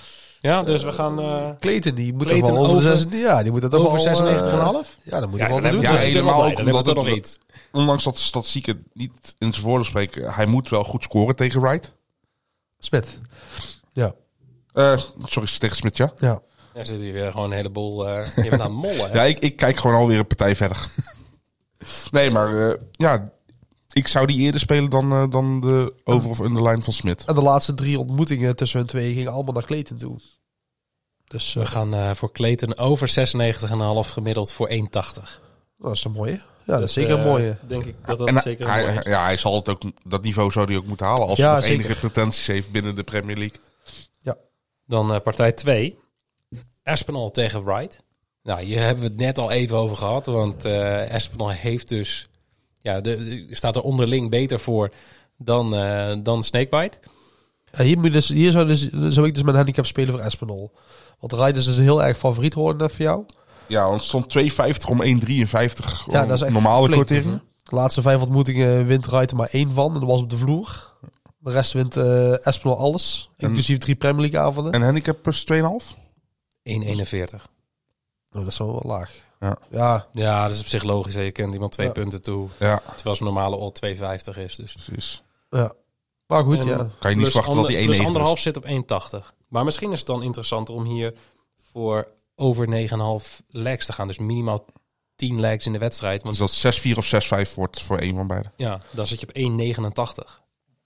[SPEAKER 1] Ja, dus we gaan uh,
[SPEAKER 6] Clayton, die moet
[SPEAKER 1] Clayton
[SPEAKER 6] toch wel over,
[SPEAKER 1] over-
[SPEAKER 6] de zes, ja, die moet het toch
[SPEAKER 1] over
[SPEAKER 6] wel,
[SPEAKER 1] zesennegentig komma
[SPEAKER 6] eh,
[SPEAKER 1] vijf.
[SPEAKER 6] Ja, dat moet
[SPEAKER 1] Ja,
[SPEAKER 6] hij wel
[SPEAKER 1] dan
[SPEAKER 6] doen.
[SPEAKER 1] heb
[SPEAKER 7] Ja,
[SPEAKER 1] je-
[SPEAKER 7] helemaal
[SPEAKER 1] dan
[SPEAKER 7] ook
[SPEAKER 1] hebben we
[SPEAKER 7] omdat
[SPEAKER 1] toch
[SPEAKER 7] het-
[SPEAKER 1] nog iets.
[SPEAKER 7] Ondanks dat de statistieken niet in zijn voordeel spreken, hij moet wel goed scoren tegen Wright.
[SPEAKER 6] Smit. Ja,
[SPEAKER 7] Uh, sorry, tegen Smit, ja.
[SPEAKER 6] ja.
[SPEAKER 1] Er zit hier weer gewoon een heleboel... Uh, je bent aan het mollen, hè?
[SPEAKER 7] Ja, ik, ik kijk gewoon alweer een partij verder. Nee, maar uh, ja, ik zou die eerder spelen dan, uh, dan de over- of underline van Smit.
[SPEAKER 6] En de laatste drie ontmoetingen tussen hun twee gingen allemaal naar Clayton toe. Dus
[SPEAKER 1] We
[SPEAKER 6] uh,
[SPEAKER 1] gaan uh, voor Clayton over zesennegentig komma vijf gemiddeld voor één komma tachtig.
[SPEAKER 6] dat is een mooie. Ja, dat is zeker een mooie.
[SPEAKER 1] Denk ik dat dat
[SPEAKER 7] En
[SPEAKER 1] zeker
[SPEAKER 7] hij,
[SPEAKER 1] een mooie is.
[SPEAKER 7] ja, hij zal het ook, dat niveau zou hij ook moeten halen als
[SPEAKER 6] Ja,
[SPEAKER 7] hij nog
[SPEAKER 6] zeker.
[SPEAKER 7] enige pretenties heeft binnen de Premier League.
[SPEAKER 1] Dan uh, partij twee. Aspinall tegen Wright. Nou, hier hebben we het net al even over gehad. Want uh, Aspinall heeft dus... Ja, de, de- staat er onderling beter voor dan, uh, dan Snakebite.
[SPEAKER 6] Ja, hier, moet je dus, hier zou, dus, zou ik dus mijn handicap spelen voor Espinol. Want Wright is dus een heel erg favoriet hoorde net voor jou.
[SPEAKER 7] Ja, want het stond twee vijftig om één drieënvenvijftig.
[SPEAKER 6] Ja, dat is echt
[SPEAKER 7] normale
[SPEAKER 6] flink.
[SPEAKER 7] quoteringen.
[SPEAKER 6] De laatste vijf ontmoetingen wint Wright er maar één van. En dat was op de vloer. De rest wint uh, Espinol alles.
[SPEAKER 7] En-
[SPEAKER 6] Inclusief drie Premier League avonden.
[SPEAKER 7] En handicap plus twee komma vijf?
[SPEAKER 1] één komma eenenveertig.
[SPEAKER 6] Oh, dat is wel wel laag.
[SPEAKER 7] Ja.
[SPEAKER 6] Ja,
[SPEAKER 1] Ja, dat is op zich logisch. Hè. Je kent iemand twee
[SPEAKER 6] Ja.
[SPEAKER 1] punten toe.
[SPEAKER 7] Ja,
[SPEAKER 1] Terwijl zijn normale odd twee komma vijftig is. Dus.
[SPEAKER 7] precies.
[SPEAKER 6] ja. Maar goed,
[SPEAKER 1] En
[SPEAKER 6] ja.
[SPEAKER 7] Kan je niet
[SPEAKER 1] plus
[SPEAKER 7] verwachten dat
[SPEAKER 1] ander-
[SPEAKER 7] hij
[SPEAKER 1] plus
[SPEAKER 7] één komma negentig
[SPEAKER 1] anderhalf
[SPEAKER 7] is.
[SPEAKER 1] zit op één komma tachtig. Maar misschien is het dan interessanter om hier voor over negen komma vijf legs te gaan. Dus minimaal tien legs in de wedstrijd.
[SPEAKER 7] Dus
[SPEAKER 1] Want
[SPEAKER 7] dat zes vier of zes vijf wordt voor één van beide.
[SPEAKER 1] ja, dan zit je op één komma negenentachtig.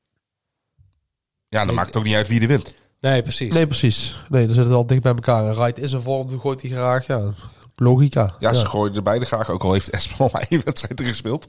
[SPEAKER 7] Ja, dan
[SPEAKER 1] Nee,
[SPEAKER 7] maakt het ook niet uit wie er wint.
[SPEAKER 1] Nee, precies.
[SPEAKER 6] Nee, precies. Nee, dan zit het al dicht bij elkaar. En Wright is een vorm, dan gooit hij graag. Ja, logica.
[SPEAKER 7] Ja, ze gooien er beide graag. Ook al heeft Espinal maar één wedstrijd erin gespeeld.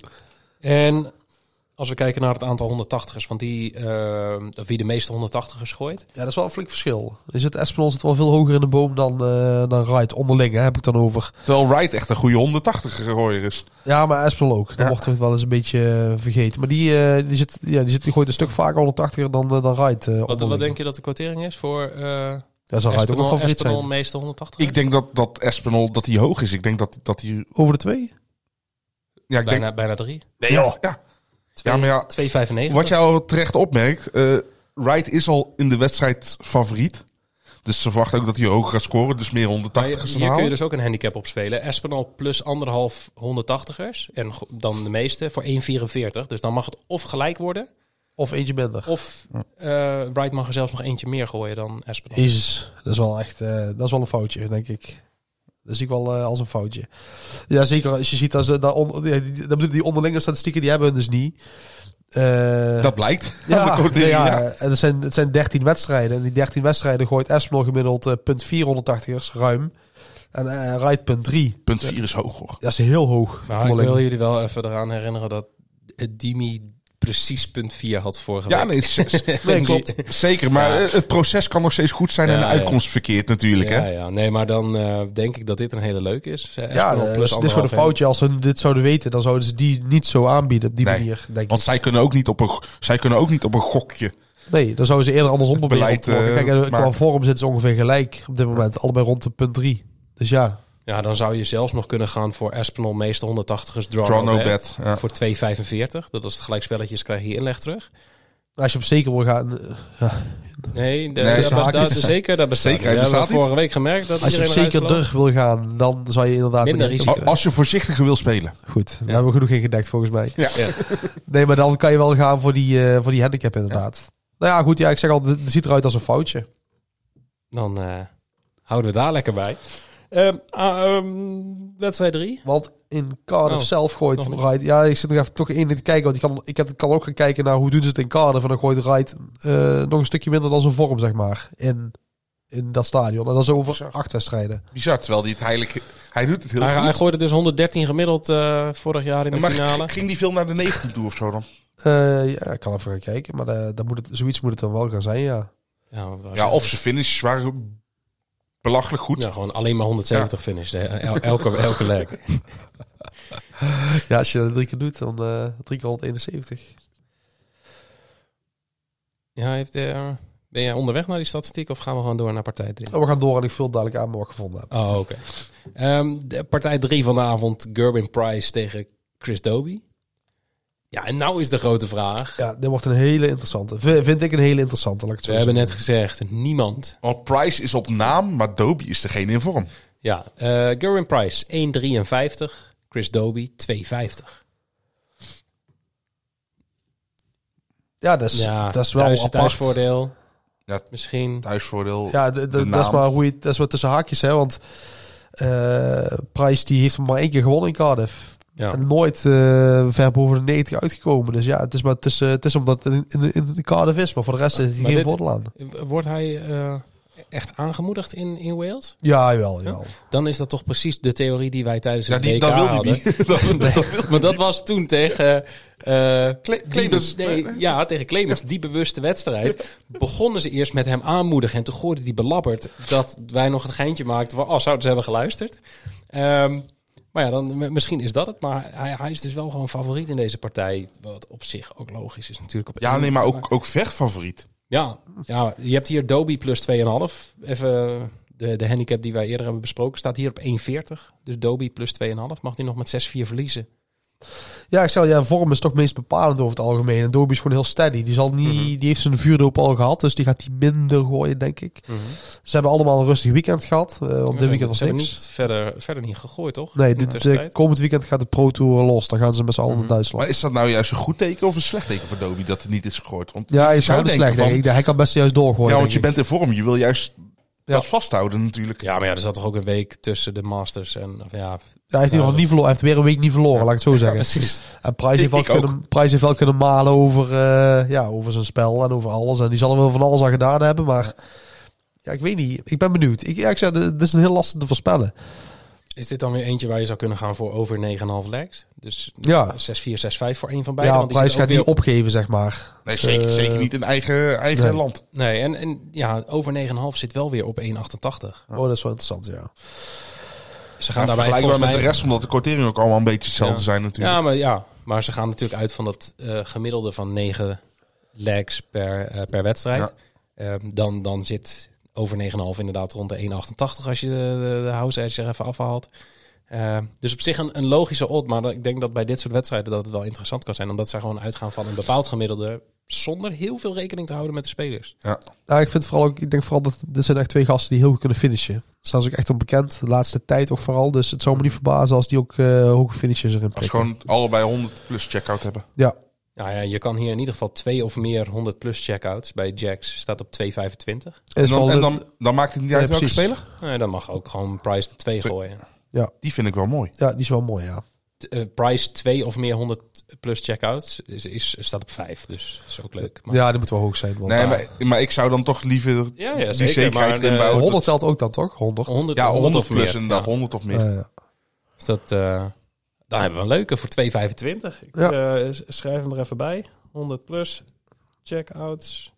[SPEAKER 1] En als we kijken naar het aantal honderdtachtigers, van die, uh, wie de meeste honderdtachtigers gooit.
[SPEAKER 6] Ja, dat is wel een flink verschil. Je zit Espinol zit wel veel hoger in de boom dan, uh, dan Wright. Onderling hè, heb ik dan over.
[SPEAKER 7] Terwijl Wright echt een goede honderdtachtiger gooier is.
[SPEAKER 6] Ja, maar Espinol ook. Dat
[SPEAKER 7] Ja.
[SPEAKER 6] wordt toch wel eens een beetje uh, vergeten. Maar die, uh, die, zit, ja, die, zit, die gooit een stuk vaker honderdtachtiger dan, uh, dan Wright. Uh,
[SPEAKER 1] Wat,
[SPEAKER 6] onderling.
[SPEAKER 1] wat denk je dat de quotering is voor uh,
[SPEAKER 6] Ja, zal Wright ook wel
[SPEAKER 1] Espinal,
[SPEAKER 6] favoriet
[SPEAKER 1] Espinal
[SPEAKER 6] zijn.
[SPEAKER 1] meeste honderdtachtig?
[SPEAKER 7] Ik denk dat, dat Espinal dat hij hoog is. Ik denk dat, dat hij...
[SPEAKER 6] Over de twee?
[SPEAKER 7] Ja, ik
[SPEAKER 1] bijna,
[SPEAKER 7] denk...
[SPEAKER 1] bijna drie.
[SPEAKER 7] Nee, joh. Ja.
[SPEAKER 1] Twee,
[SPEAKER 7] Ja, maar ja,
[SPEAKER 1] twee komma vijfennegentig.
[SPEAKER 7] Wat jij al terecht opmerkt, uh, Wright is al in de wedstrijd favoriet. Dus ze verwachten ook dat hij hoger gaat scoren. Dus meer
[SPEAKER 1] Maar
[SPEAKER 7] honderdtachtig
[SPEAKER 1] hier
[SPEAKER 7] is
[SPEAKER 1] kun je dus ook een handicap opspelen. Espinal plus anderhalf honderdtachtigers. En go- dan de meeste voor één komma vierenveertig. Dus dan mag het of gelijk worden.
[SPEAKER 6] Of eentje minder.
[SPEAKER 1] Of uh, Wright mag er zelfs nog eentje meer gooien dan Espinal.
[SPEAKER 6] Jezus, dat is wel echt uh, dat is wel een foutje, denk ik. Dat zie ik wel uh, als een foutje. Ja, zeker als je ziet dat ze daar on, die, die, die, die onderlinge statistieken die hebben hun dus niet. Uh,
[SPEAKER 7] Dat blijkt.
[SPEAKER 6] ja,
[SPEAKER 7] De quotering,
[SPEAKER 6] nee, ja,
[SPEAKER 7] ja.
[SPEAKER 6] en het zijn, het zijn dertien wedstrijden. En die dertien wedstrijden gooit Espinal gemiddeld uh, punt vier honderdtachtigers, ruim. En uh, Wright punt drie.
[SPEAKER 7] Punt vier is hoog hoor.
[SPEAKER 6] Dat is heel hoog.
[SPEAKER 1] Maar ik wil jullie wel even eraan herinneren dat Dimi precies punt vier had vorige
[SPEAKER 7] Ja,
[SPEAKER 1] week.
[SPEAKER 7] nee, z-
[SPEAKER 6] Nee, klopt.
[SPEAKER 7] zeker. Maar
[SPEAKER 1] Ja.
[SPEAKER 7] uh, het proces kan nog steeds goed zijn
[SPEAKER 1] Ja,
[SPEAKER 7] en de
[SPEAKER 1] ja.
[SPEAKER 7] uitkomst verkeerd natuurlijk.
[SPEAKER 1] Ja,
[SPEAKER 7] Hè?
[SPEAKER 1] ja, nee, maar dan uh, denk ik dat dit een hele leuke is. Uh,
[SPEAKER 6] Ja,
[SPEAKER 1] Espinal
[SPEAKER 6] uh,
[SPEAKER 1] plus
[SPEAKER 6] het is gewoon een
[SPEAKER 1] anderhalf
[SPEAKER 6] foutje. Als ze dit zouden weten, dan zouden ze die niet zo aanbieden op die
[SPEAKER 7] Nee,
[SPEAKER 6] manier, denk
[SPEAKER 7] Want
[SPEAKER 6] ik.
[SPEAKER 7] zij kunnen ook niet op een, zij kunnen ook niet op een gokje.
[SPEAKER 6] Nee, dan zouden ze eerder andersom proberen
[SPEAKER 7] Beleid,
[SPEAKER 6] op te worden.
[SPEAKER 7] uh,
[SPEAKER 6] Kijk, en qua
[SPEAKER 7] maken.
[SPEAKER 6] vorm zitten ze ongeveer gelijk op dit moment. Allebei rond de punt drie. Dus ja,
[SPEAKER 1] Ja, dan zou je zelfs nog kunnen gaan voor Espinal meeste honderdtachtigers draw,
[SPEAKER 7] Draw
[SPEAKER 1] no
[SPEAKER 7] no
[SPEAKER 1] bet.
[SPEAKER 7] bet, ja.
[SPEAKER 1] Voor twee komma vijfenveertig. Dat is het gelijkspelletjes, krijg je inleg terug.
[SPEAKER 6] als je op zeker wil gaan... uh, ja.
[SPEAKER 1] Nee, de,
[SPEAKER 7] Nee,
[SPEAKER 1] dat,
[SPEAKER 6] zaak
[SPEAKER 1] dat,
[SPEAKER 6] is-
[SPEAKER 1] dat, zeker, dat bestaat.
[SPEAKER 7] Zeker,
[SPEAKER 1] niet.
[SPEAKER 7] hij
[SPEAKER 1] We hebben
[SPEAKER 7] bestaat
[SPEAKER 1] vorige week gemerkt dat
[SPEAKER 6] Als je op
[SPEAKER 1] iedereen
[SPEAKER 6] zeker
[SPEAKER 1] eruit
[SPEAKER 6] durf wil gaan, dan zou je inderdaad...
[SPEAKER 1] Minder
[SPEAKER 6] met die-
[SPEAKER 1] risico.
[SPEAKER 7] Als je voorzichtiger wil spelen.
[SPEAKER 6] Goed, we hebben genoeg ingedekt volgens mij.
[SPEAKER 7] Ja.
[SPEAKER 1] Ja.
[SPEAKER 6] Nee, maar dan kan je wel gaan voor die, uh, voor die handicap inderdaad. Nou ja, goed, ja, ik zeg al, het ziet eruit als een foutje.
[SPEAKER 1] Dan uh, houden we daar lekker bij. Um, uh, um, wedstrijd drie.
[SPEAKER 6] Want in Cardiff
[SPEAKER 1] Oh,
[SPEAKER 6] zelf gooit
[SPEAKER 1] nog niet.
[SPEAKER 6] Wright... Ja, ik zit nog even toch in te kijken. Want ik kan, ik heb, kan ook gaan kijken naar hoe doen ze het in Cardiff. En dan gooit Wright uh, nog een stukje minder dan zijn vorm, zeg maar. In, in dat stadion. En dat is over acht wedstrijden.
[SPEAKER 7] Bizar, terwijl hij het eigenlijk... Hij doet het heel
[SPEAKER 1] Hij,
[SPEAKER 7] goed.
[SPEAKER 1] hij gooide dus honderddertien gemiddeld uh, vorig jaar in de
[SPEAKER 7] maar
[SPEAKER 1] finale.
[SPEAKER 7] ging die veel naar de negentien toe of zo dan?
[SPEAKER 6] Uh, ja, ik kan even gaan kijken. Maar uh, dat moet het, zoiets moet het dan wel gaan zijn, ja.
[SPEAKER 1] Ja, we-
[SPEAKER 7] Ja, of zijn finishes waren belachelijk goed.
[SPEAKER 1] Ja, gewoon alleen maar honderdzeventig finish. hè. El- elke, elke leg.
[SPEAKER 6] Ja, als je dat drie keer doet, dan uh, drie keer honderdeenenzeventig.
[SPEAKER 1] Ja, heeft, uh, ben jij onderweg naar die statistiek of gaan we gewoon door naar partij drie?
[SPEAKER 6] Oh, we gaan door en ik vul dadelijk aan wat ik gevonden heb.
[SPEAKER 1] Oh, oké. Okay. Um, de partij drie van de avond, Gerwin Price tegen Chris Dobie. Ja, en nou is de grote vraag.
[SPEAKER 6] Ja, dit wordt een hele interessante. V- vind ik een hele interessante. Laat ik het zo
[SPEAKER 1] We hebben net
[SPEAKER 6] zeggen.
[SPEAKER 1] gezegd, niemand.
[SPEAKER 7] Want Price is op naam, maar Doby is degene in vorm.
[SPEAKER 1] Ja, uh, Gerwin Price één komma drieënvijftig. Chris Doby twee komma vijftig.
[SPEAKER 6] Ja, dat is,
[SPEAKER 1] Ja,
[SPEAKER 6] dat is wel
[SPEAKER 1] thuis,
[SPEAKER 6] apart.
[SPEAKER 1] thuisvoordeel.
[SPEAKER 7] Ja,
[SPEAKER 1] Misschien.
[SPEAKER 7] thuisvoordeel.
[SPEAKER 6] Ja, d- d-
[SPEAKER 7] de
[SPEAKER 6] dat is
[SPEAKER 7] naam.
[SPEAKER 6] maar hoe je, dat is wat tussen haakjes, hè? Want eh Price die heeft hem maar één keer gewonnen in Cardiff.
[SPEAKER 1] Ja.
[SPEAKER 6] En nooit uh, ver boven de negentig uitgekomen. Dus ja, het is maar tussen, het is omdat het in, in, in de Cardiff is, maar voor de rest is hij
[SPEAKER 1] Maar
[SPEAKER 6] geen
[SPEAKER 1] dit-
[SPEAKER 6] voordeel aan.
[SPEAKER 1] Wordt hij uh, echt aangemoedigd in, in Wales?
[SPEAKER 6] Ja, jawel, jawel.
[SPEAKER 1] Dan is dat toch precies de theorie die wij tijdens
[SPEAKER 7] Ja,
[SPEAKER 1] het
[SPEAKER 7] die,
[SPEAKER 1] W K
[SPEAKER 7] dat wil hij
[SPEAKER 1] hadden.
[SPEAKER 7] niet. dat, dat,
[SPEAKER 1] Maar dat was toen tegen... Uh,
[SPEAKER 7] Cle- Clemens.
[SPEAKER 1] die be- nee, ja, tegen Clemens. Die bewuste wedstrijd. Begonnen ze eerst met hem aanmoedigen. En toen gooide hij belabberd dat wij nog het geintje maakten van... Oh, zouden ze hebben geluisterd? Um, maar ja, dan, m- misschien is dat het. Maar hij, hij is dus wel gewoon favoriet in deze partij. Wat op zich ook logisch is natuurlijk. Op
[SPEAKER 7] ja,
[SPEAKER 1] één.
[SPEAKER 7] nee, maar ook, ook vechtfavoriet.
[SPEAKER 1] Ja, ja, je hebt hier Doby plus twee komma vijf. Even de, de handicap die wij eerder hebben besproken. Staat hier op één komma veertig. Dus Doby plus twee komma vijf. Mag hij nog met zes vier verliezen?
[SPEAKER 6] Ja, ik zeg, ja, vorm is toch meest bepalend over het algemeen. En Doby is gewoon heel steady. Die, zal niet,
[SPEAKER 1] Mhm.
[SPEAKER 6] die heeft zijn vuurdoop al gehad, dus die gaat die minder gooien, denk ik. Ze hebben allemaal een rustig weekend gehad, uh, want dit weekend was
[SPEAKER 1] Ze hebben
[SPEAKER 6] niks.
[SPEAKER 1] niet verder, verder niet gegooid, toch?
[SPEAKER 6] Nee,
[SPEAKER 1] In de
[SPEAKER 6] dit,
[SPEAKER 1] tussentijd?
[SPEAKER 6] uh, komend weekend gaat de Pro Tour los. Dan gaan ze met z'n allen
[SPEAKER 1] Mhm.
[SPEAKER 6] naar Duitsland.
[SPEAKER 7] Maar is dat nou juist een goed teken of een slecht teken voor Doby dat er niet is gegooid? Want
[SPEAKER 6] Ja,
[SPEAKER 7] je
[SPEAKER 6] is
[SPEAKER 7] zou
[SPEAKER 6] heel
[SPEAKER 7] denken
[SPEAKER 6] slecht,
[SPEAKER 7] van-
[SPEAKER 6] denk ik. Hij kan best juist doorgooien.
[SPEAKER 7] Ja, want je
[SPEAKER 6] denk ik.
[SPEAKER 7] bent in vorm. Je wil juist
[SPEAKER 6] Ja.
[SPEAKER 7] dat vasthouden natuurlijk.
[SPEAKER 1] Ja, maar ja, er zat toch ook een week tussen de Masters en... Of ja,
[SPEAKER 6] Ja, hij heeft in ieder geval niet verloren. Hij heeft weer een week niet verloren, laat ik het zo zeggen.
[SPEAKER 1] precies.
[SPEAKER 6] En Price heeft, wel
[SPEAKER 7] Ik ook.
[SPEAKER 6] kunnen, Price heeft wel kunnen malen over, uh, ja, over zijn spel en over alles. En die zal er wel van alles aan gedaan hebben, maar ja, ik weet niet. Ik ben benieuwd. Ik, ja, ik zeg, dit is een heel lastig te voorspellen.
[SPEAKER 1] Is dit dan weer eentje waar je zou kunnen gaan voor over negen komma vijf legs? Dus
[SPEAKER 6] Ja.
[SPEAKER 1] zes vier, zes vijf voor een van beiden.
[SPEAKER 6] Ja,
[SPEAKER 1] want die
[SPEAKER 6] Price
[SPEAKER 1] zit ook
[SPEAKER 6] gaat niet
[SPEAKER 1] weer-
[SPEAKER 6] opgeven, zeg maar.
[SPEAKER 7] Nee, zeker,
[SPEAKER 6] Eh,
[SPEAKER 7] zeker niet in eigen, eigen
[SPEAKER 6] nee.
[SPEAKER 7] land.
[SPEAKER 1] Nee, en, en ja, over negen komma vijf zit wel weer op één komma achtentachtig.
[SPEAKER 6] Oh, dat is wel interessant, ja.
[SPEAKER 1] Ze gaan
[SPEAKER 7] Ja,
[SPEAKER 1] daarbij
[SPEAKER 7] vergelijkbaar
[SPEAKER 1] volgens
[SPEAKER 7] met
[SPEAKER 1] mij...
[SPEAKER 7] de rest, omdat de quoteringen ook allemaal een beetje hetzelfde
[SPEAKER 1] Ja.
[SPEAKER 7] zijn natuurlijk.
[SPEAKER 1] Ja, maar ja, maar ze gaan natuurlijk uit van dat uh, gemiddelde van negen legs per, uh, per wedstrijd. Uh, dan, dan zit over negen komma vijf inderdaad rond de één komma achtentachtig als je de, de, de house edge er even afhaalt. Uh, dus op zich een, een logische odd, maar ik denk dat bij dit soort wedstrijden dat het wel interessant kan zijn, omdat ze gewoon uitgaan van een bepaald gemiddelde zonder heel veel rekening te houden met de spelers.
[SPEAKER 7] Ja.
[SPEAKER 6] Ja, ik vind vooral ook, ik denk vooral dat dit zijn echt twee gasten die heel goed kunnen finishen. Daar staan ze ook echt onbekend, de laatste tijd ook vooral. Dus het zou me niet verbazen als die ook uh, hoge finishes erin
[SPEAKER 7] Als
[SPEAKER 6] prikken.
[SPEAKER 7] gewoon allebei honderd plus checkout hebben.
[SPEAKER 6] Ja,
[SPEAKER 1] Ja, ja, je kan hier in ieder geval twee of meer honderd plus checkouts. Bij Jacks staat op twee komma vijfentwintig.
[SPEAKER 6] is
[SPEAKER 7] En dan,
[SPEAKER 6] wel
[SPEAKER 7] en
[SPEAKER 6] de-
[SPEAKER 7] dan, dan maakt het niet uit
[SPEAKER 6] Ja,
[SPEAKER 7] welke
[SPEAKER 6] precies.
[SPEAKER 7] speler?
[SPEAKER 1] Nee, dan mag ook gewoon Price de twee gooien.
[SPEAKER 6] ja,
[SPEAKER 7] Die vind ik wel mooi.
[SPEAKER 6] ja, die is wel mooi, ja.
[SPEAKER 1] T- uh, Price twee of meer honderd plus checkouts is, is, staat op vijf, dus dat is ook leuk. Maar,
[SPEAKER 6] Ja, die moet wel hoog zijn. Want
[SPEAKER 7] Nee, maar, maar ik zou dan toch liever
[SPEAKER 1] ja, ja,
[SPEAKER 7] die
[SPEAKER 1] zeker.
[SPEAKER 7] zekerheid
[SPEAKER 1] Maar,
[SPEAKER 7] erin
[SPEAKER 1] uh,
[SPEAKER 7] bouwen.
[SPEAKER 6] honderd telt ook dan toch? honderd.
[SPEAKER 1] honderd,
[SPEAKER 7] Ja, honderd
[SPEAKER 1] of
[SPEAKER 7] plus
[SPEAKER 1] meer.
[SPEAKER 7] inderdaad,
[SPEAKER 1] Ja.
[SPEAKER 7] honderd of meer.
[SPEAKER 6] Ja, ja.
[SPEAKER 1] Dus dat, uh, daar hebben we een leuke voor twee komma vijfentwintig. Ik
[SPEAKER 6] Ja.
[SPEAKER 1] uh, schrijf hem er even bij. honderd plus checkouts.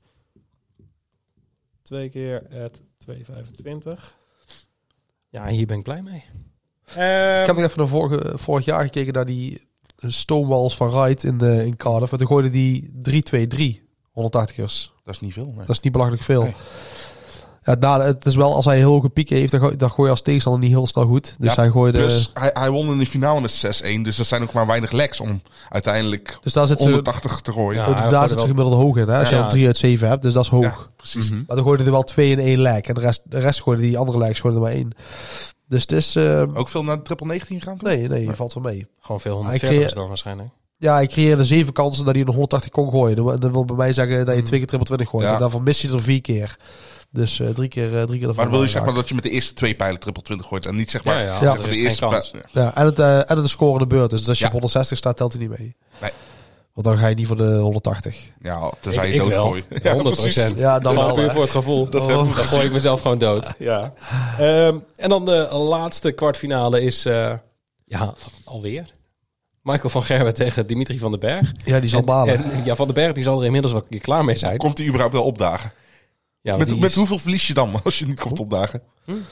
[SPEAKER 1] Twee keer at twee komma vijfentwintig. Ja, hier ben ik blij mee.
[SPEAKER 6] Ik heb nog even naar vorige, vorig jaar gekeken naar die Stonewalls van Wright in, de, in Cardiff. Maar toen gooide die drie twee drie, honderdtachtigers.
[SPEAKER 7] Dat is niet veel. Nee.
[SPEAKER 6] Dat is niet belachelijk veel.
[SPEAKER 7] Nee.
[SPEAKER 6] Ja, nou, het is wel, als hij heel hoge pieken heeft, dan, go- dan gooi je als tegenstander niet heel snel goed. Dus
[SPEAKER 7] Ja,
[SPEAKER 6] hij gooide...
[SPEAKER 7] Plus, hij, hij won in de finale met zes één. Dus er zijn ook maar weinig legs om uiteindelijk
[SPEAKER 6] dus daar zit ze,
[SPEAKER 7] honderdtachtig te gooien.
[SPEAKER 1] Ja.
[SPEAKER 6] ook
[SPEAKER 1] hij
[SPEAKER 6] daar
[SPEAKER 1] gooide
[SPEAKER 6] zit ze
[SPEAKER 1] wel-
[SPEAKER 6] gemiddeld hoog in. Hè? Als
[SPEAKER 1] Ja.
[SPEAKER 6] je al drie uit zeven hebt, dus dat is hoog.
[SPEAKER 7] Ja, precies.
[SPEAKER 1] Mhm.
[SPEAKER 6] Maar dan gooide er wel twee in één leg. En de rest, de rest gooide die andere legs gooide er maar één. Dus het is... eh,
[SPEAKER 7] Ook veel naar de triple negentien gaan?
[SPEAKER 6] nee, nee, valt wel mee.
[SPEAKER 1] Gewoon veel
[SPEAKER 6] Hij
[SPEAKER 1] honderdveertig
[SPEAKER 6] creë-
[SPEAKER 1] dan waarschijnlijk.
[SPEAKER 6] Ja, hij creëerde zeven kansen dat hij een honderdtachtig kon gooien. Dat, dat wil bij mij zeggen dat je twee keer triple twintig gooit.
[SPEAKER 7] Ja.
[SPEAKER 6] En daarvan mis je er vier keer. Dus uh, drie keer, uh, drie keer ervan.
[SPEAKER 7] Maar dan wil je zeg maar
[SPEAKER 6] raak.
[SPEAKER 7] dat je met de eerste twee pijlen triple twintig gooit. En niet zeg maar,
[SPEAKER 1] Ja, ja,
[SPEAKER 7] zeg
[SPEAKER 6] ja.
[SPEAKER 7] maar
[SPEAKER 1] er
[SPEAKER 7] de
[SPEAKER 1] is
[SPEAKER 7] eerste
[SPEAKER 1] geen kans.
[SPEAKER 7] pijl-
[SPEAKER 6] Ja, en het, uh, en het is scorende beurt. Dus als je
[SPEAKER 7] Ja.
[SPEAKER 6] op honderdzestig staat, telt hij niet mee.
[SPEAKER 7] Nee.
[SPEAKER 6] Want dan ga je niet voor de honderdtachtig.
[SPEAKER 7] Ja, tenzij
[SPEAKER 1] Ik-
[SPEAKER 7] je
[SPEAKER 1] ik wel.
[SPEAKER 7] doodgooien.
[SPEAKER 1] honderd procent.
[SPEAKER 6] Ja, dan
[SPEAKER 1] Gewoon
[SPEAKER 6] wel,
[SPEAKER 1] puur
[SPEAKER 6] hè.
[SPEAKER 1] voor het gevoel.
[SPEAKER 7] Dat hebben we
[SPEAKER 1] Dan gooi ik mezelf gewoon dood. Ja. Um, en dan de laatste kwartfinale is uh, ja, alweer Michael van Gerwen tegen Dimitri van den Berg.
[SPEAKER 6] Ja, die zal
[SPEAKER 1] En,
[SPEAKER 6] balen.
[SPEAKER 1] en ja, Van den Berg die zal er inmiddels wel een keer klaar mee zijn.
[SPEAKER 7] Komt hij überhaupt wel opdagen?
[SPEAKER 1] Ja, want
[SPEAKER 7] Met,
[SPEAKER 1] die
[SPEAKER 7] met
[SPEAKER 1] is-
[SPEAKER 7] hoeveel verlies je dan als je niet komt opdagen?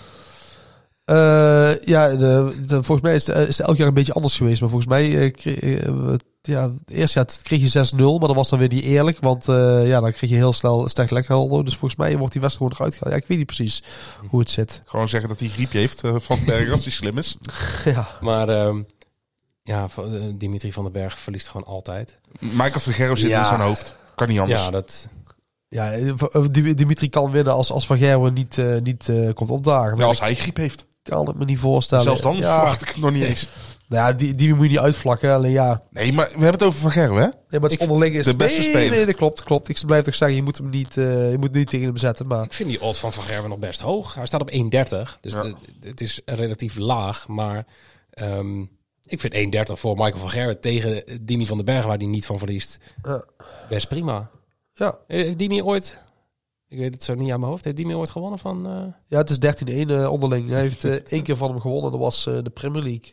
[SPEAKER 6] Uh, ja, de, de, volgens mij is het, is het elk jaar een beetje anders geweest. Maar volgens mij, uh, kreeg, uh, ja, eerst jaar kreeg je zes nul, maar dat was dan weer niet eerlijk. Want uh, ja, dan kreeg je heel snel een slecht lekhelder. Dus volgens mij wordt die wedstrijd gewoon eruit gehaald. Ja, ik weet niet precies hoe het zit.
[SPEAKER 7] Gewoon zeggen dat hij griep heeft uh, van Berg als hij slim is.
[SPEAKER 6] Ja,
[SPEAKER 1] Maar um, Ja, v- uh, Dimitri van den Berg verliest gewoon altijd.
[SPEAKER 7] Michael van Gerwen zit
[SPEAKER 6] Ja.
[SPEAKER 7] in zijn hoofd. Kan niet anders.
[SPEAKER 1] Ja, dat...
[SPEAKER 6] Ja, Dim- Dimitri kan winnen als, als Van Gerwen niet, uh, niet uh, komt opdagen. Maar
[SPEAKER 7] Ja, als hij griep heeft.
[SPEAKER 6] dat kan ik me niet voorstellen.
[SPEAKER 7] Zelfs dan
[SPEAKER 6] ja.
[SPEAKER 7] verwacht ik het nog niet eens.
[SPEAKER 6] Nou ja, die, die moet je niet uitvlakken. Alleen ja,
[SPEAKER 7] Nee, maar we hebben het over Van Gerwen, hè?
[SPEAKER 6] nee, maar het
[SPEAKER 7] Ik-
[SPEAKER 6] onderling is...
[SPEAKER 7] de beste
[SPEAKER 6] nee,
[SPEAKER 7] speler.
[SPEAKER 6] Nee, dat klopt, klopt. Ik blijf toch zeggen, je moet hem niet, uh, je moet niet tegen hem zetten. Maar
[SPEAKER 1] Ik vind die odds van Van Gerwen nog best hoog. Hij staat op één dertig, dus
[SPEAKER 7] Ja.
[SPEAKER 1] de- het is relatief laag. Maar um, ik vind één dertig voor Michael van Gerwen tegen Dimi van den Berg, waar hij niet van verliest,
[SPEAKER 6] Ja.
[SPEAKER 1] best prima.
[SPEAKER 6] ja,
[SPEAKER 1] Heeft Dimi ooit... Ik weet het zo niet aan mijn hoofd. Heeft Dimi ooit gewonnen van... Uh...
[SPEAKER 6] ja, het is dertien één uh, onderling. Hij heeft uh, één keer van hem gewonnen. Dat was uh, de Premier League.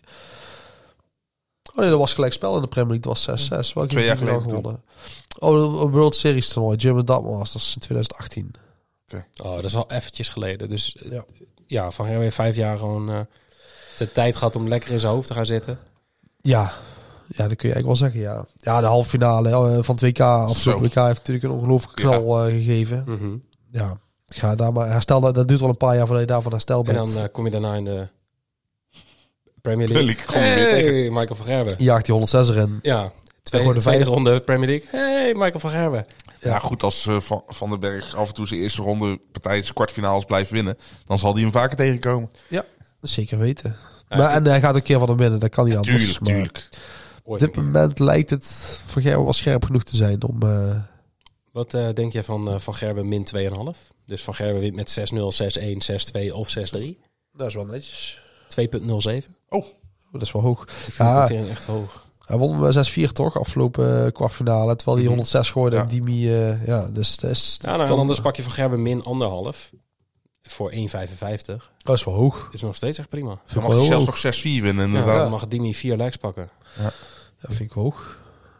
[SPEAKER 6] Oh nee, dat was gelijk spel in de Premier League. Dat was zes zes. Welke
[SPEAKER 7] Twee
[SPEAKER 6] heeft
[SPEAKER 7] jaar
[SPEAKER 6] hij nou
[SPEAKER 7] geleden
[SPEAKER 6] gewonnen? Oh, de World Series toernooi. German Dart Masters in twintig achttien.
[SPEAKER 1] Oh, dat is al eventjes geleden. Dus uh,
[SPEAKER 6] Ja.
[SPEAKER 1] ja, Van Gerwen heeft vijf jaar gewoon uh, de tijd gehad om lekker in zijn hoofd te gaan zitten.
[SPEAKER 6] Ja. Ja, dat kun je eigenlijk wel zeggen, ja. Ja, de halve finale uh, van het W K. Afgelopen W K heeft natuurlijk een ongelooflijke knal uh, gegeven.
[SPEAKER 1] Mm-hmm.
[SPEAKER 6] Ja, ga daar maar herstel. Dat, dat duurt wel een paar jaar voordat je daarvan herstel
[SPEAKER 1] En
[SPEAKER 6] bent.
[SPEAKER 1] dan uh, kom je daarna in de Premier
[SPEAKER 7] Premier
[SPEAKER 1] League.
[SPEAKER 7] League, kom je weer tegen.
[SPEAKER 1] Hey, Michael van Gerwen.
[SPEAKER 6] Jaagt die honderdzes erin.
[SPEAKER 1] Ja, twee,
[SPEAKER 6] gewoon de
[SPEAKER 1] tweede
[SPEAKER 6] vijf-
[SPEAKER 1] ronde Premier League. Hey, Michael van Gerwen.
[SPEAKER 7] Ja, ja goed, als uh, Van, Van den Berg af en toe zijn eerste ronde partij, zijn kwartfinales blijft winnen, dan zal hij hem vaker tegenkomen.
[SPEAKER 6] Ja, zeker weten.
[SPEAKER 1] Ja,
[SPEAKER 6] maar,
[SPEAKER 1] ik-
[SPEAKER 6] en hij gaat een keer van hem winnen. Dat kan niet anders.
[SPEAKER 7] Tuurlijk,
[SPEAKER 6] maar
[SPEAKER 7] tuurlijk.
[SPEAKER 6] Op
[SPEAKER 1] Ooit
[SPEAKER 6] dit
[SPEAKER 1] een keer.
[SPEAKER 6] moment lijkt het voor Gerben wel scherp genoeg te zijn om... Uh,
[SPEAKER 1] Wat uh, denk je van uh, Van Gerwen min twee komma vijf? Dus Van Gerwen wint met zes nul, zes een, zes twee of zes drie.
[SPEAKER 6] dat is wel netjes.
[SPEAKER 1] twee komma nul zeven.
[SPEAKER 7] Oh,
[SPEAKER 6] Dat is wel hoog.
[SPEAKER 1] Ik vind
[SPEAKER 6] Ja.
[SPEAKER 1] de echt hoog.
[SPEAKER 6] Hij won met zes vier toch, afgelopen uh, kwartfinale. Terwijl hij
[SPEAKER 1] Mhm.
[SPEAKER 6] honderdzes gooide
[SPEAKER 7] Ja.
[SPEAKER 6] en Dimi... Uh, ja, dus dat is...
[SPEAKER 1] Ja, nou,
[SPEAKER 6] dan-
[SPEAKER 1] en anders pak je Van Gerwen min anderhalf voor één komma vijfenvijftig.
[SPEAKER 6] Dat is wel hoog.
[SPEAKER 1] Is nog steeds echt prima.
[SPEAKER 7] dan
[SPEAKER 6] Vind ik
[SPEAKER 7] mag
[SPEAKER 6] wel
[SPEAKER 7] hij zelfs
[SPEAKER 6] hoog.
[SPEAKER 7] nog zes vier winnen,
[SPEAKER 1] Ja,
[SPEAKER 7] inderdaad.
[SPEAKER 1] dan mag Dimi vier legs pakken.
[SPEAKER 6] Ja, vind ik hoog.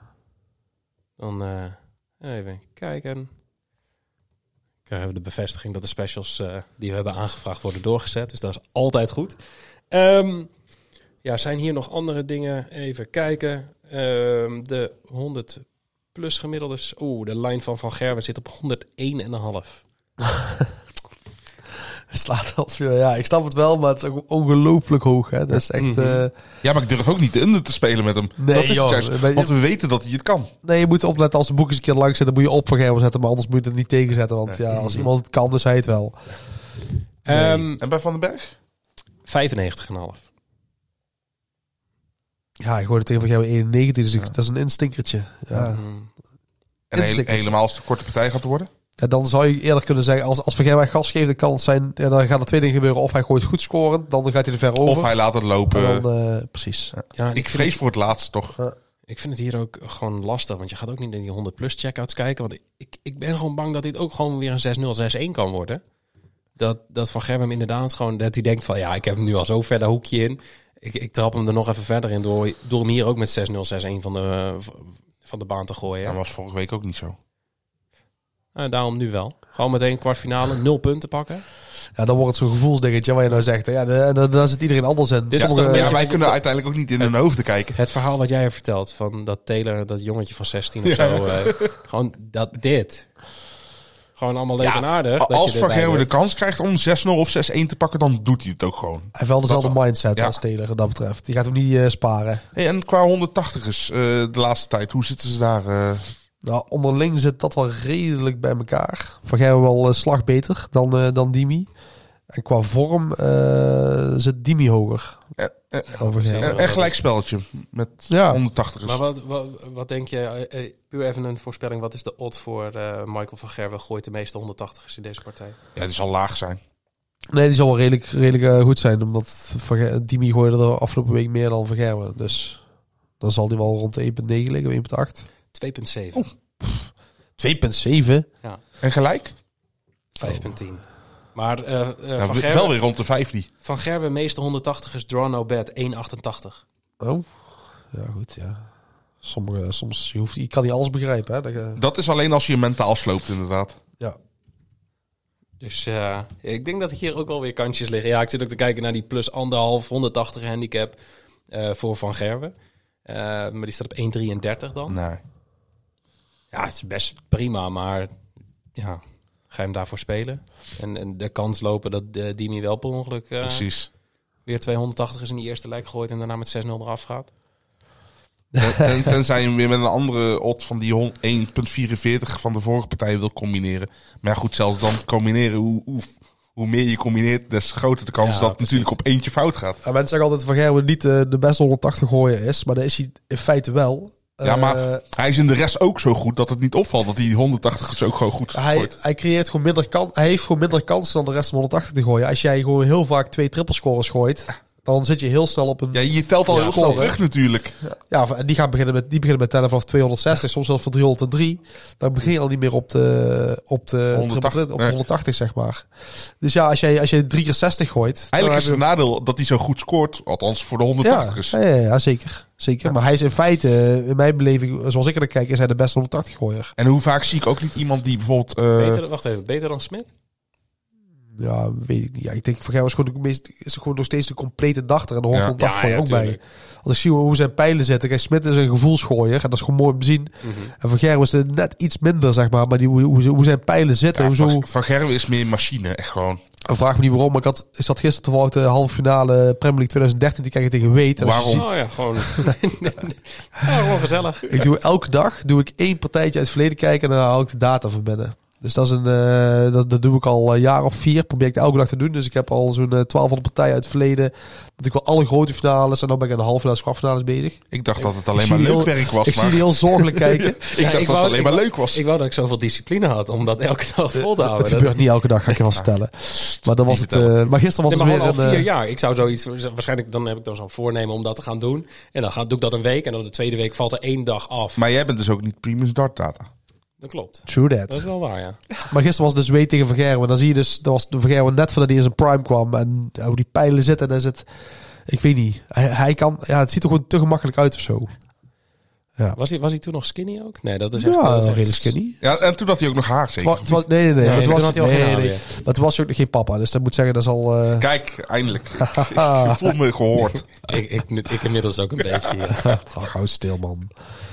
[SPEAKER 1] Dan uh, even kijken. Krijgen we de bevestiging dat de specials uh, die we hebben aangevraagd worden doorgezet. Dus dat is altijd goed. Um, ja, zijn hier nog andere dingen? Even kijken. Um, de honderd plus gemiddeldes. Oeh, de lijn van Van Gerwen zit op honderdéén komma vijf.
[SPEAKER 6] Slaat als ja, ik snap het wel, maar het is ook ongelooflijk hoog. Hè? Dat is echt.
[SPEAKER 1] Mhm.
[SPEAKER 6] Uh,
[SPEAKER 7] Ja, maar ik durf ook niet de under te spelen met hem.
[SPEAKER 6] Nee,
[SPEAKER 7] dat is het
[SPEAKER 6] joh.
[SPEAKER 7] juist.
[SPEAKER 6] Ben je-
[SPEAKER 7] Want we weten dat hij het kan.
[SPEAKER 6] nee, je moet opletten als de boek eens een keer langs zit, dan moet je op Van Gerwen zetten, maar anders moet je het niet tegenzetten. Want ja, als iemand het kan, dus hij het wel.
[SPEAKER 1] Um,
[SPEAKER 7] En bij Van den Berg?
[SPEAKER 1] vijfennegentig komma vijf.
[SPEAKER 6] Ja, ik hoorde tegen Van Gerwen eenennegentig, dus ik, dat is een instinkertje. Ja.
[SPEAKER 1] Mm.
[SPEAKER 7] En
[SPEAKER 6] Is
[SPEAKER 7] he-
[SPEAKER 6] zeker.
[SPEAKER 7] helemaal als het een korte partij gaat worden?
[SPEAKER 6] Ja, dan zou je eerder kunnen zeggen, als, als Van Gerwen gas geeft, dan kan het zijn, ja, dan gaan er twee dingen gebeuren. Of hij gooit goed scoren, dan gaat hij er ver over.
[SPEAKER 7] Of hij laat het lopen.
[SPEAKER 6] En dan, uh, precies.
[SPEAKER 1] Ja,
[SPEAKER 7] ik
[SPEAKER 1] vind
[SPEAKER 7] vrees voor het laatste toch.
[SPEAKER 1] Ik vind het hier ook gewoon lastig, want je gaat ook niet in die honderd plus checkouts kijken. Want ik, ik ben gewoon bang dat dit ook gewoon weer een zes nul, zes een kan worden. Dat, dat Van Gerwen inderdaad gewoon, dat hij denkt van ja, ik heb hem nu al zo ver dat hoekje in. Ik, ik trap hem er nog even verder in door, door hem hier ook met zes nul, zes een van de, van de baan te gooien.
[SPEAKER 7] Dat was vorige week ook niet zo.
[SPEAKER 1] Nou, daarom nu wel. Gewoon meteen kwartfinale, nul punten pakken.
[SPEAKER 6] Ja, dan wordt het zo'n gevoelsdingetje wat je nou zegt. hè. Ja, de, de, daar zit iedereen anders in.
[SPEAKER 1] Dit is
[SPEAKER 6] Sommige-
[SPEAKER 1] toch een
[SPEAKER 7] Ja,
[SPEAKER 1] beetje-
[SPEAKER 7] wij kunnen uiteindelijk ook niet in hun hoofden kijken.
[SPEAKER 1] Het verhaal wat jij hebt verteld, van dat Taylor, dat jongetje van zestien of zo. eh, gewoon dat dit. Gewoon allemaal leuk
[SPEAKER 7] Ja,
[SPEAKER 1] en aardig. dat
[SPEAKER 7] Als
[SPEAKER 1] je
[SPEAKER 7] Van
[SPEAKER 1] erbij
[SPEAKER 7] Gerwen de
[SPEAKER 1] bent.
[SPEAKER 7] kans krijgt om zes nul of zes een te pakken, dan doet hij het ook gewoon.
[SPEAKER 6] Hij heeft wel dezelfde
[SPEAKER 7] Dat wel.
[SPEAKER 6] mindset
[SPEAKER 7] Ja.
[SPEAKER 6] als Taylor wat dat betreft. Die gaat hem niet uh, sparen.
[SPEAKER 7] Hey, en qua honderdtachtigers uh, de laatste tijd, hoe zitten ze daar? Uh...
[SPEAKER 6] Nou, onderling zit dat wel redelijk bij elkaar. Van Gerwen wel een slag beter dan, uh, dan Dimi. En qua vorm uh, zit Dimi hoger.
[SPEAKER 7] Eh, eh,
[SPEAKER 6] Dan Van Gerwen.
[SPEAKER 7] Een, een gelijk spelletje met
[SPEAKER 6] Ja.
[SPEAKER 7] honderdtachtigers.
[SPEAKER 1] Maar wat, wat, wat denk je, eh, eh, puur even een voorspelling, wat is de odd voor uh, Michael van Gerwen gooit de meeste honderdtachtigers in deze partij?
[SPEAKER 7] Ja, die zal laag zijn.
[SPEAKER 6] Nee, die zal wel redelijk, redelijk uh, goed zijn. Omdat Van Ger- Dimi gooide er afgelopen week meer dan Van Gerwen. Dus dan zal die wel rond de één komma negen liggen, één komma acht.
[SPEAKER 1] twee komma zeven.
[SPEAKER 6] twee komma zeven?
[SPEAKER 1] Ja,
[SPEAKER 7] En gelijk?
[SPEAKER 1] vijf komma tien. Maar uh, uh,
[SPEAKER 7] Ja,
[SPEAKER 1] van,
[SPEAKER 7] wel
[SPEAKER 1] Gerwen,
[SPEAKER 7] weer rond de vijftien.
[SPEAKER 1] van Gerwen meeste honderdtachtigers, draw no bet, één komma achtentachtig.
[SPEAKER 6] Oh, ja goed, ja. Sommige, soms je hoeft, je kan niet alles begrijpen. Hè? Dat, je-
[SPEAKER 7] Dat is alleen als je je mentaal sloopt, inderdaad.
[SPEAKER 6] ja.
[SPEAKER 1] Dus uh, ik denk dat hier ook wel weer kansjes liggen. Ja, ik zit ook te kijken naar die plus anderhalf, honderdtachtig handicap uh, voor Van Gerwen. Uh, maar die staat op één komma drieëndertig dan.
[SPEAKER 7] Nee.
[SPEAKER 1] Ja, het is best prima, maar ja, ga je hem daarvoor spelen? En, en de kans lopen dat uh, Dimi wel per ongeluk uh,
[SPEAKER 7] Precies.
[SPEAKER 1] weer tweehonderdtachtig is in die eerste lijk gooit en daarna met zes nul eraf gaat.
[SPEAKER 7] Ten, ten, tenzij je hem weer met een andere odds van die één komma vierenveertig van de vorige partij wil combineren. Maar ja, goed, zelfs dan combineren, hoe, hoe, hoe meer je combineert, des groter de kans
[SPEAKER 1] Ja,
[SPEAKER 7] dat het
[SPEAKER 1] precies.
[SPEAKER 7] natuurlijk op eentje fout gaat.
[SPEAKER 6] Ja, mensen zeggen altijd dat Van Gerwen niet uh, de beste honderdtachtig gooier is. Maar dat is hij in feite wel.
[SPEAKER 7] Ja, maar
[SPEAKER 6] Uh,
[SPEAKER 7] hij is in de rest ook zo goed dat het niet opvalt dat hij honderdtachtigers ook gewoon goed
[SPEAKER 6] hij,
[SPEAKER 7] gooit.
[SPEAKER 6] hij creëert gewoon minder kans. Hij heeft gewoon minder kansen dan de rest van honderdtachtig te gooien. Als jij gewoon heel vaak twee trippelscorers gooit, dan zit je heel snel op een...
[SPEAKER 7] Ja, je telt al
[SPEAKER 6] Ja,
[SPEAKER 7] heel snel
[SPEAKER 6] scoren.
[SPEAKER 7] terug natuurlijk.
[SPEAKER 6] Ja, die gaan beginnen met die beginnen met tellen vanaf tweehonderdzestig, soms zelfs van driehonderddrie. Dan begin je al niet meer op de op de
[SPEAKER 7] honderdtachtig,
[SPEAKER 6] triple- op de
[SPEAKER 7] nee.
[SPEAKER 6] honderdtachtig, zeg maar. Dus ja, als jij als je drie keer zestig gooit,
[SPEAKER 7] Eigenlijk is
[SPEAKER 6] dan
[SPEAKER 7] het
[SPEAKER 6] heb
[SPEAKER 7] nadeel dat hij zo goed scoort, althans voor de
[SPEAKER 6] je-
[SPEAKER 7] honderdtachtigers.
[SPEAKER 6] ja, ja, ja, ja, zeker, zeker. Maar hij is in feite, in mijn beleving, zoals ik er naar kijk, is hij de beste honderdtachtig gooier.
[SPEAKER 7] En hoe vaak zie ik ook niet iemand die bijvoorbeeld... uh,
[SPEAKER 1] Beter, wacht even, beter dan Smit?
[SPEAKER 6] Ja, weet ik niet. Ja, ik denk van Gerwen is gewoon de meest, is gewoon nog steeds de complete dachter en de honderdtachtig
[SPEAKER 1] Ja,
[SPEAKER 6] gooi je
[SPEAKER 1] ja,
[SPEAKER 6] ook bij.
[SPEAKER 1] tuurlijk.
[SPEAKER 6] Als ik zie hoe zijn pijlen zitten. Kijk, Smit is een gevoelsgooier. En dat is gewoon mooi om te zien.
[SPEAKER 1] Mm-hmm.
[SPEAKER 6] En van Gerwen is het net iets minder, zeg maar. Maar die, hoe, hoe, hoe zijn pijlen zitten.
[SPEAKER 7] ja,
[SPEAKER 6] hoe zo,
[SPEAKER 7] van, van Gerwen is meer machine, echt gewoon.
[SPEAKER 6] vraag me niet waarom. Maar ik, had, ik zat gisteren toevallig de halve finale Premier League twintig dertien te kijken tegen Weet. En als je
[SPEAKER 7] Waarom?
[SPEAKER 6] ziet,
[SPEAKER 1] Oh ja, gewoon... ja, gewoon gezellig.
[SPEAKER 6] ik doe elke dag doe ik één partijtje uit het verleden kijken. En dan haal ik de data van binnen. Dus dat is een, uh, dat, dat doe ik al een jaar of vier. Probeer ik elke dag te doen. Dus ik heb al zo'n uh, twaalfhonderd partijen uit het verleden. Dat ik wel alle grote finales. En dan ben ik aan de halve finales, kwartfinales bezig.
[SPEAKER 7] Ik dacht dat het alleen
[SPEAKER 6] Ik
[SPEAKER 7] maar
[SPEAKER 6] zie
[SPEAKER 7] leuk
[SPEAKER 6] heel-
[SPEAKER 7] werk was,
[SPEAKER 6] Ik
[SPEAKER 7] maar
[SPEAKER 6] zie die heel zorgelijk kijken.
[SPEAKER 7] ik
[SPEAKER 1] Ja,
[SPEAKER 7] dacht dat het
[SPEAKER 1] wou-
[SPEAKER 7] alleen
[SPEAKER 1] ik
[SPEAKER 7] maar
[SPEAKER 1] wou-
[SPEAKER 7] leuk was.
[SPEAKER 1] Ik wou dat ik zoveel discipline had om dat elke dag vol te
[SPEAKER 6] Het
[SPEAKER 1] houden.
[SPEAKER 6] gebeurt
[SPEAKER 1] Dat-
[SPEAKER 6] niet elke dag, ga ik je wel vertellen. Maar dan was
[SPEAKER 7] Niet
[SPEAKER 6] het. Uh, maar gisteren was
[SPEAKER 1] Nee, maar
[SPEAKER 6] het
[SPEAKER 1] gewoon
[SPEAKER 6] weer
[SPEAKER 1] al
[SPEAKER 6] een.
[SPEAKER 1] vier
[SPEAKER 6] uh,
[SPEAKER 1] jaar. Ik zou zoiets... Waarschijnlijk dan heb ik dan zo'n voornemen om dat te gaan doen. En dan ga, doe ik dat een week. En dan de tweede week valt er één dag af.
[SPEAKER 7] Maar jij bent dus ook niet Primus Dart Data.
[SPEAKER 1] Dat klopt.
[SPEAKER 6] True
[SPEAKER 1] Dat is
[SPEAKER 6] that.
[SPEAKER 1] wel waar, ja.
[SPEAKER 6] Maar gisteren was het dus Weet tegen Van Gerwen. Dan zie je dus, dat was de Van Gerwen net voordat hij in zijn prime kwam. En uh, hoe die pijlen zitten. En is het. Ik weet niet. Hij, hij kan. Ja, het ziet er gewoon te gemakkelijk uit of zo. Ja,
[SPEAKER 1] Was hij, was hij toen nog skinny ook? Nee, dat is echt...
[SPEAKER 6] ja
[SPEAKER 1] dat is echt
[SPEAKER 6] redelijk skinny.
[SPEAKER 7] Ja, en toen had hij ook nog haar,
[SPEAKER 6] Het
[SPEAKER 7] zeker.
[SPEAKER 6] wa- het was, nee, nee, nee.
[SPEAKER 1] Nee,
[SPEAKER 6] maar het
[SPEAKER 1] toen
[SPEAKER 6] was,
[SPEAKER 1] had hij al
[SPEAKER 6] nee,
[SPEAKER 1] geen
[SPEAKER 6] nee,
[SPEAKER 1] haar
[SPEAKER 6] nee.
[SPEAKER 1] weer.
[SPEAKER 6] Maar het was ook geen papa. Dus dat moet zeggen, dat is al. Uh,
[SPEAKER 7] Kijk, eindelijk. ik voel me gehoord.
[SPEAKER 1] Ik, ik, ik inmiddels ook een beetje... Ja.
[SPEAKER 6] Hou stil, man.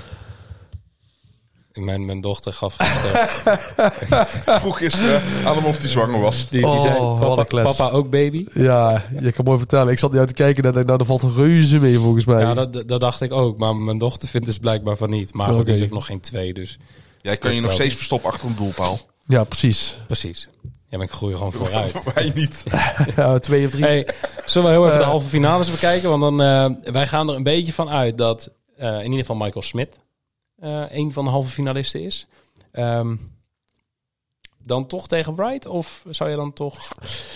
[SPEAKER 1] Mijn, mijn dochter gaf... gisteren-
[SPEAKER 7] Vroeg gisteren aan hem of hij zwanger was.
[SPEAKER 1] Die, die
[SPEAKER 6] Oh,
[SPEAKER 1] zei,
[SPEAKER 6] wat
[SPEAKER 1] papa,
[SPEAKER 6] een klets.
[SPEAKER 1] papa ook baby?
[SPEAKER 6] Ja, je kan mooi vertellen. Ik zat niet uit te kijken en dacht, nou, er valt een reuze mee volgens mij.
[SPEAKER 1] Ja, dat, dat dacht ik ook. Maar mijn dochter vindt dus blijkbaar van niet. Maar goed,
[SPEAKER 6] Oké.
[SPEAKER 1] is ook nog geen twee, dus...
[SPEAKER 7] Jij kan je nog
[SPEAKER 1] Dat
[SPEAKER 7] steeds
[SPEAKER 1] wel.
[SPEAKER 7] verstoppen achter een doelpaal.
[SPEAKER 6] Ja, precies.
[SPEAKER 1] Precies. Ja, maar ik groei er gewoon vooruit.
[SPEAKER 7] Wij niet.
[SPEAKER 6] Ja, twee of drie.
[SPEAKER 1] Hey, zullen we heel even de
[SPEAKER 6] Eh.
[SPEAKER 1] halve finales bekijken? Want dan, eh, wij gaan er een beetje van uit dat eh, in ieder geval Michael Smit eh, een van de halve finalisten is. Ehm, dan toch tegen Wright? Of zou je dan toch...